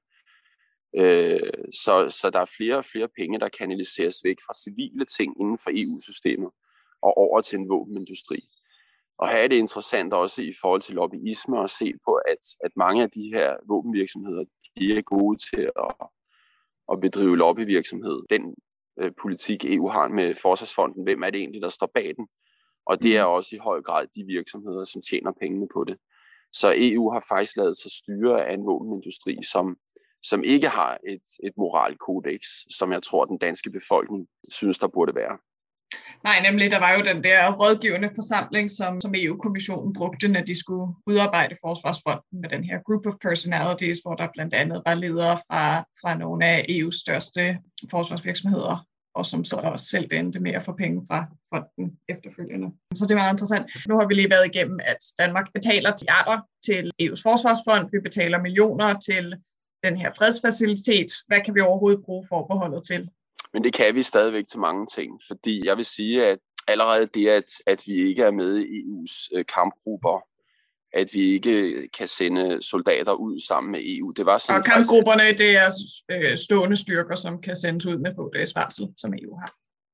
Øh, så, så der er flere og flere penge, der kanaliseres væk fra civile ting inden for E U-systemet og over til en våbenindustri. Og her er det interessant også i forhold til lobbyisme at se på, at, at mange af de her våbenvirksomheder, de er gode til at, at bedrive lobbyvirksomhed. Den øh, politik, E U har med forsvarsfonden, hvem er det egentlig, der står bag den? Og det er også i høj grad de virksomheder, som tjener pengene på det. Så E U har faktisk lavet sig styre af en våbenindustri, som, som ikke har et, et moralkodex, som jeg tror, den danske befolkning synes, der burde være. Nej, nemlig, der var jo den der rådgivende forsamling, som, som E U-kommissionen brugte, når de skulle udarbejde forsvarsfonden med den her group of personalities, hvor der blandt andet var ledere fra, fra nogle af E U's største forsvarsvirksomheder, og som så også selv endte med at få penge fra fonden efterfølgende. Så det er meget interessant. Nu har vi lige været igennem, at Danmark betaler milliarder til E U's forsvarsfond, vi betaler millioner til den her fredsfacilitet. Hvad kan vi overhovedet bruge forbeholdet til? Men det kan vi stadigvæk til mange ting, fordi jeg vil sige, at allerede det, at, at vi ikke er med i E U's øh, kampgrupper, at vi ikke kan sende soldater ud sammen med E U, det var sådan... Og kampgrupperne, faktisk... det er øh, stående styrker, som kan sendes ud med få dages varsel, som E U har.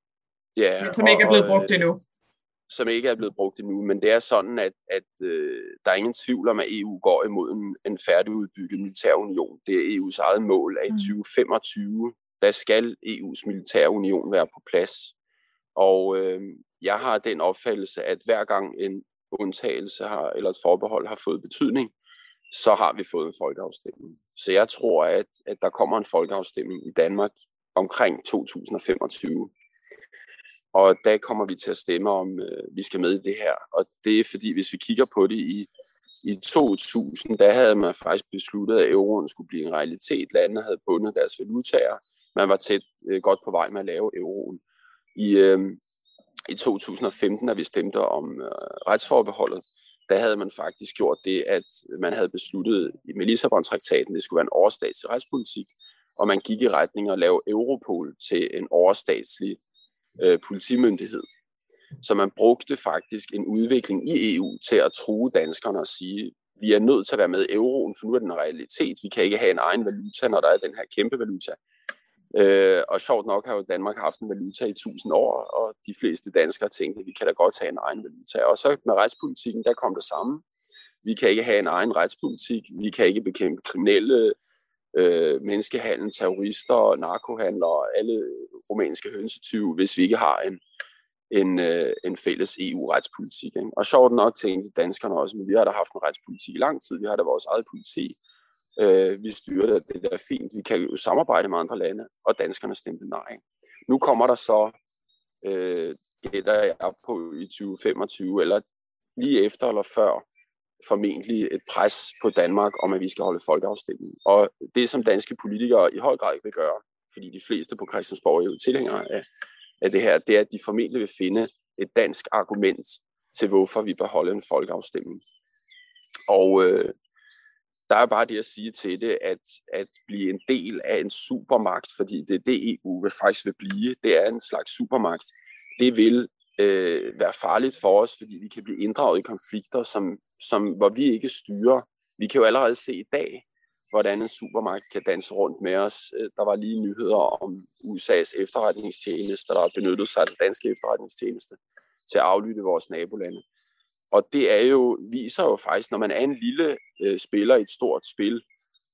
Ja, men som og, ikke er blevet brugt endnu. Som ikke er blevet brugt endnu, men det er sådan, at, at øh, der er ingen tvivl om, at E U går imod en, en færdigudbygget militærunion. Det er E U's eget mål, at i tyve femogtyve der skal E U's militærunion være på plads. Og øh, jeg har den opfattelse, at hver gang en undtagelse har, eller et forbehold har fået betydning, så har vi fået en folkeafstemning. Så jeg tror, at, at der kommer en folkeafstemning i Danmark omkring to tusind femogtyve. Og der kommer vi til at stemme om, øh, vi skal med i det her. Og det er fordi, hvis vi kigger på det i, i to tusind, der havde man faktisk besluttet, at euroen skulle blive en realitet. Landene havde bundet deres valutaer. Man var tæt øh, godt på vej med at lave euroen. I, øh, i to tusind femten, da vi stemte om øh, retsforbeholdet, der havde man faktisk gjort det, at man havde besluttet med Lissabon-traktaten, det skulle være en overstatslig retspolitik, og man gik i retning at lave Europol til en overstatslig øh, politimyndighed. Så man brugte faktisk en udvikling i E U til at true danskerne og sige, vi er nødt til at være med i euroen, for nu er den en realitet. Vi kan ikke have en egen valuta, når der er den her kæmpe valuta. Øh, og sjovt nok har jo Danmark haft en valuta i tusind år, og de fleste danskere tænkte, at vi kan da godt have en egen valuta. Og så med retspolitikken, der kom det samme. Vi kan ikke have en egen retspolitik, vi kan ikke bekæmpe kriminelle, øh, menneskehandel, terrorister, narkohandlere, alle rumænske hønsetyve, hvis vi ikke har en, en, øh, en fælles E U-retspolitik. Ikke? Og sjovt nok tænkte danskerne også, men vi har da haft en retspolitik i lang tid, vi har da vores eget politi. Øh, vi styrer det, det er fint, vi kan jo samarbejde med andre lande, og danskerne stemte nej. Nu kommer der så, øh, gætter jeg på i tyve femogtyve, eller lige efter eller før, formentlig et pres på Danmark om, at vi skal holde folkeafstemning. Og det, som danske politikere i høj grad vil gøre, fordi de fleste på Christiansborg er jo tilhængere af, af det her, det er, at de formentlig vil finde et dansk argument til, hvorfor vi bør holde en folkeafstemning. Og øh, der er bare det at sige til det, at, at blive en del af en supermagt, fordi det er det, E U vil faktisk vil blive, det er en slags supermagt, det vil øh, være farligt for os, fordi vi kan blive inddraget i konflikter, som, som, hvor vi ikke styrer. Vi kan jo allerede se i dag, hvordan en supermagt kan danse rundt med os. Der var lige nyheder om U S A's efterretningstjeneste, der har benyttet sig af den danske efterretningstjeneste til at aflytte vores nabolande. Og det er jo, viser jo faktisk, når man er en lille øh, spiller i et stort spil,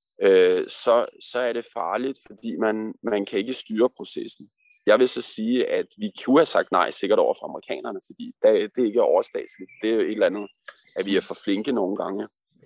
øh, så, så er det farligt, fordi man, man kan ikke styre processen. Jeg vil så sige, at vi kunne have sagt nej sikkert over for amerikanerne, fordi det, det ikke er overstatsligt. Det er jo et eller andet, at vi er for flinke nogle gange.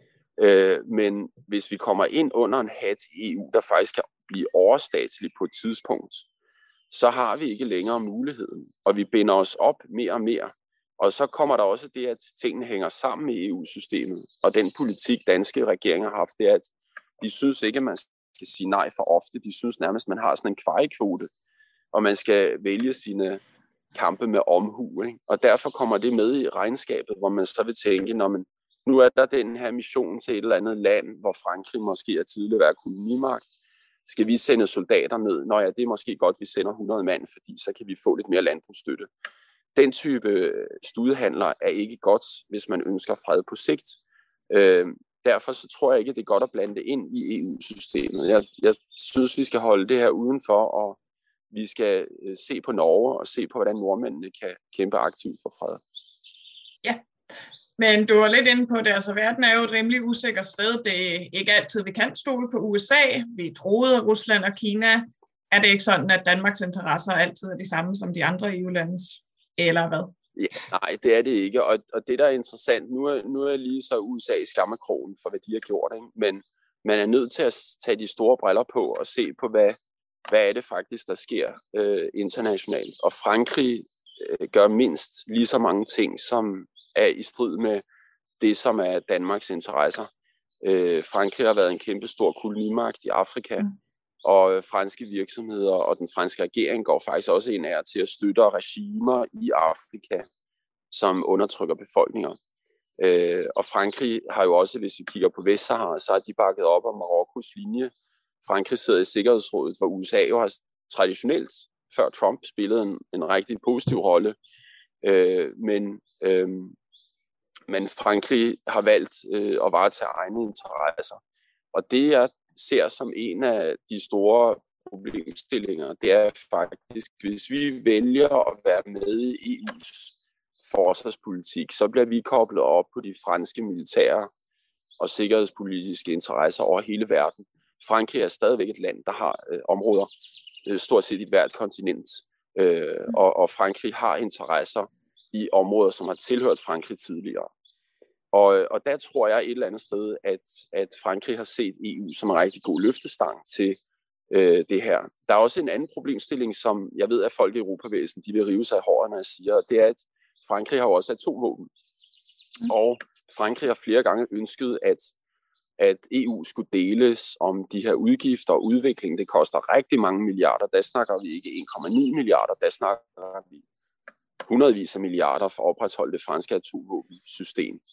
Øh, men hvis vi kommer ind under en hat i E U, der faktisk kan blive overstatslig på et tidspunkt, så har vi ikke længere muligheden, og vi binder os op mere og mere. Og så kommer der også det, at tingene hænger sammen med E U-systemet. Og den politik, danske regeringer har haft, det er, at de synes ikke, at man skal sige nej for ofte. De synes nærmest, at man har sådan en kvejekvote, og man skal vælge sine kampe med omhu. Ikke? Og derfor kommer det med i regnskabet, hvor man så vil tænke, når man, nu er der den her mission til et eller andet land, hvor Frankrig måske er tidligere været kolonimagt. Skal vi sende soldater ned? Nå ja, det er måske godt, vi sender hundrede mand, fordi så kan vi få lidt mere landbrugsstøtte. Den type studehandler er ikke godt, hvis man ønsker fred på sigt. Øh, derfor så tror jeg ikke, at det er godt at blande det ind i E U-systemet. Jeg, jeg synes, vi skal holde det her udenfor, og vi skal se på Norge og se på, hvordan nordmændene kan kæmpe aktivt for fred. Ja, men du var lidt inde på det. Altså, verden er jo et rimelig usikkert sted. Det er ikke altid, vi kan stole på U S A. Vi troede Rusland og Kina. Er det ikke sådan, at Danmarks interesser altid er de samme som de andre E U-landes? Eller hvad? Ja, nej, det er det ikke. Og, og det, der er interessant, nu er, nu er lige så U S A i skammekrogen for, hvad de har gjort. Ikke? Men man er nødt til at tage de store briller på og se på, hvad, hvad er det faktisk, der sker øh, internationalt. Og Frankrig øh, gør mindst lige så mange ting, som er i strid med det, som er Danmarks interesser. Øh, Frankrig har været en kæmpe stor kolonimagt i Afrika. Mm. Og franske virksomheder og den franske regering går faktisk også ind af til at støtte regimer i Afrika, som undertrykker befolkninger. Øh, og Frankrig har jo også, hvis vi kigger på Vestsahara, så har de bakket op om Marokkos linje. Frankrig sidder i Sikkerhedsrådet, hvor U S A jo har traditionelt, før Trump, spillet en, en rigtig positiv rolle. Øh, men, øh, men Frankrig har valgt øh, at varetage egne interesser. Og det er ser som en af de store problemstillinger, det er faktisk, hvis vi vælger at være med i E U's forsvarspolitik, så bliver vi koblet op på de franske militære og sikkerhedspolitiske interesser over hele verden. Frankrig er stadigvæk et land, der har øh, områder øh, stort set i hvert kontinent, øh, og, og Frankrig har interesser i områder, som har tilhørt Frankrig tidligere. Og, og der tror jeg et eller andet sted, at, at Frankrig har set E U som en rigtig god løftestang til øh, det her. Der er også en anden problemstilling, som jeg ved, at folk i Europavæsen, de vil rive sig i håret, når jeg siger, det er, at Frankrig har også atomvåben. Mm. Og Frankrig har flere gange ønsket, at, at E U skulle deles om de her udgifter og udvikling. Det koster rigtig mange milliarder. Der snakker vi ikke en komma ni milliarder, der snakker vi hundredvis af milliarder for at opretholde det franske atomvåbensystem.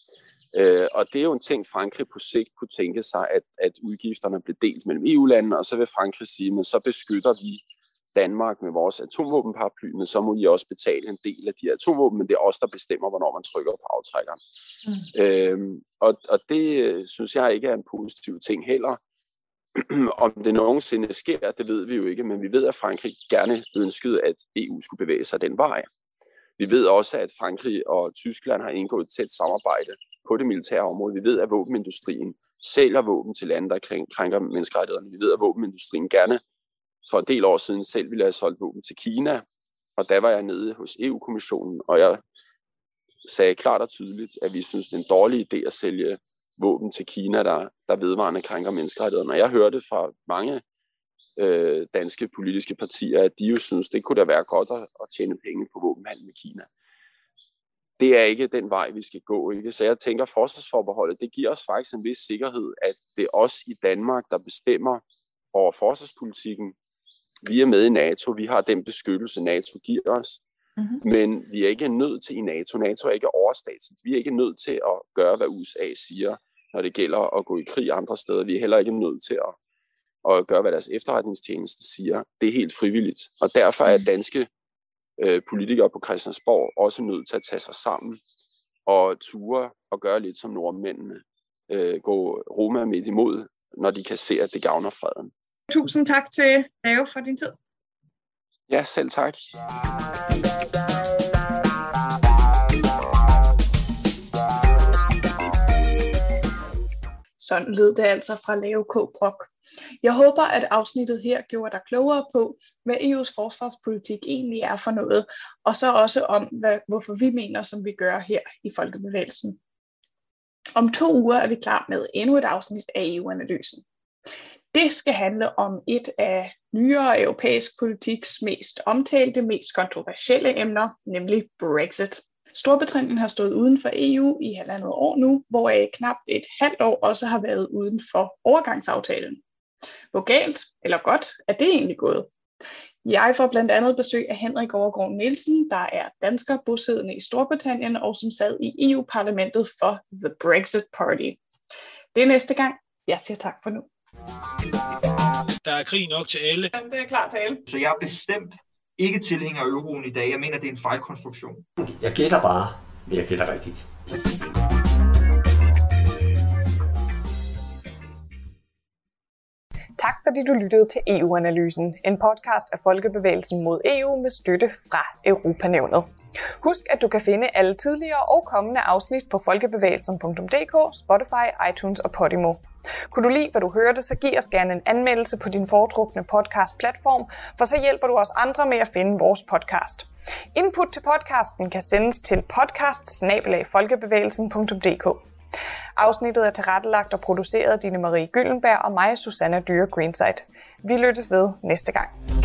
Øh, og det er jo en ting, Frankrig på sigt kunne tænke sig, at, at udgifterne blev delt mellem E U-landene, og så vil Frankrig sige, men så beskytter vi Danmark med vores atomvåbenparaply, men så må I også betale en del af de atomvåben, men det er os, der bestemmer, hvornår man trykker på aftrækkeren. Mm. Øhm, og, og det synes jeg ikke er en positiv ting heller. Om det nogensinde sker, det ved vi jo ikke, men vi ved, at Frankrig gerne ønskede, at E U skulle bevæge sig den vej. Vi ved også, at Frankrig og Tyskland har indgået et tæt samarbejde på det militære område. Vi ved, at våbenindustrien sælger våben til lande, der krænker menneskerettighederne. Vi ved, at våbenindustrien gerne for en del år siden selv ville have solgt våben til Kina. Og der var jeg nede hos E U-kommissionen, og jeg sagde klart og tydeligt, at vi synes, det er en dårlig idé at sælge våben til Kina, der, der vedvarende krænker menneskerettighederne. Og jeg hørte fra mange øh, danske politiske partier, at de jo synes, det kunne da være godt at, at tjene penge på våbenhandel med Kina. Det er ikke den vej, vi skal gå. Ikke? Så jeg tænker, forsvarsforbeholdet, det giver os faktisk en vis sikkerhed, at det er os i Danmark, der bestemmer over forsvarspolitikken. Vi er med i NATO, vi har den beskyttelse, NATO giver os. Mm-hmm. Men vi er ikke nødt til i NATO. NATO er ikke overstatsligt. Vi er ikke nødt til at gøre, hvad U S A siger, når det gælder at gå i krig andre steder. Vi er heller ikke nødt til at, at gøre, hvad deres efterretningstjeneste siger. Det er helt frivilligt. Og derfor er danske øh, politikere på Christiansborg også nødt til at tage sig sammen og ture og gøre lidt som nordmændene. Øh, gå Roma midt imod, når de kan se, at det gavner freden. Tusind tak til Lave for din tid. Ja, selv tak. Sådan lød det altså fra Lave K. Brock. Jeg håber, at afsnittet her gjorde dig klogere på, hvad E U's forsvarspolitik egentlig er for noget, og så også om, hvad, hvorfor vi mener, som vi gør her i Folkebevægelsen. Om to uger er vi klar med endnu et afsnit af E U-analysen. Det skal handle om et af nyere europæisk politiks mest omtalte, mest kontroversielle emner, nemlig Brexit. Storbritannien har stået uden for E U i halvandet år nu, hvoraf knap et halvt år også har været uden for overgangsaftalen. Hvor galt eller godt er det egentlig gået? Jeg får blandt andet besøg af Henrik Overgaard Nielsen, der er dansker bosiddende i Storbritannien og som sad i E U-parlamentet for The Brexit Party. Det er næste gang. Jeg siger tak for nu. Der er krig nok til alle. Jamen, det er klar tale. Så jeg er bestemt ikke tilhænger af euroen i dag. Jeg mener, det er en fejlkonstruktion. Jeg gætter bare, men jeg gætter rigtigt. Tak fordi du lyttede til E U-analysen, en podcast af Folkebevægelsen mod E U med støtte fra Europanævnet. Husk, at du kan finde alle tidligere og kommende afsnit på folkebevægelsen punktum d k, Spotify, iTunes og Podimo. Kunne du lide, hvad du hørte, så giv os gerne en anmeldelse på din foretrukne podcast-platform, for så hjælper du os andre med at finde vores podcast. Input til podcasten kan sendes til podcast bindestreg folkebevægelsen punktum d k. Afsnittet er tilrettelagt og produceret af Dine Marie Gyllenberg og mig, Susanna Dyre Greenside. Vi lyttes ved næste gang.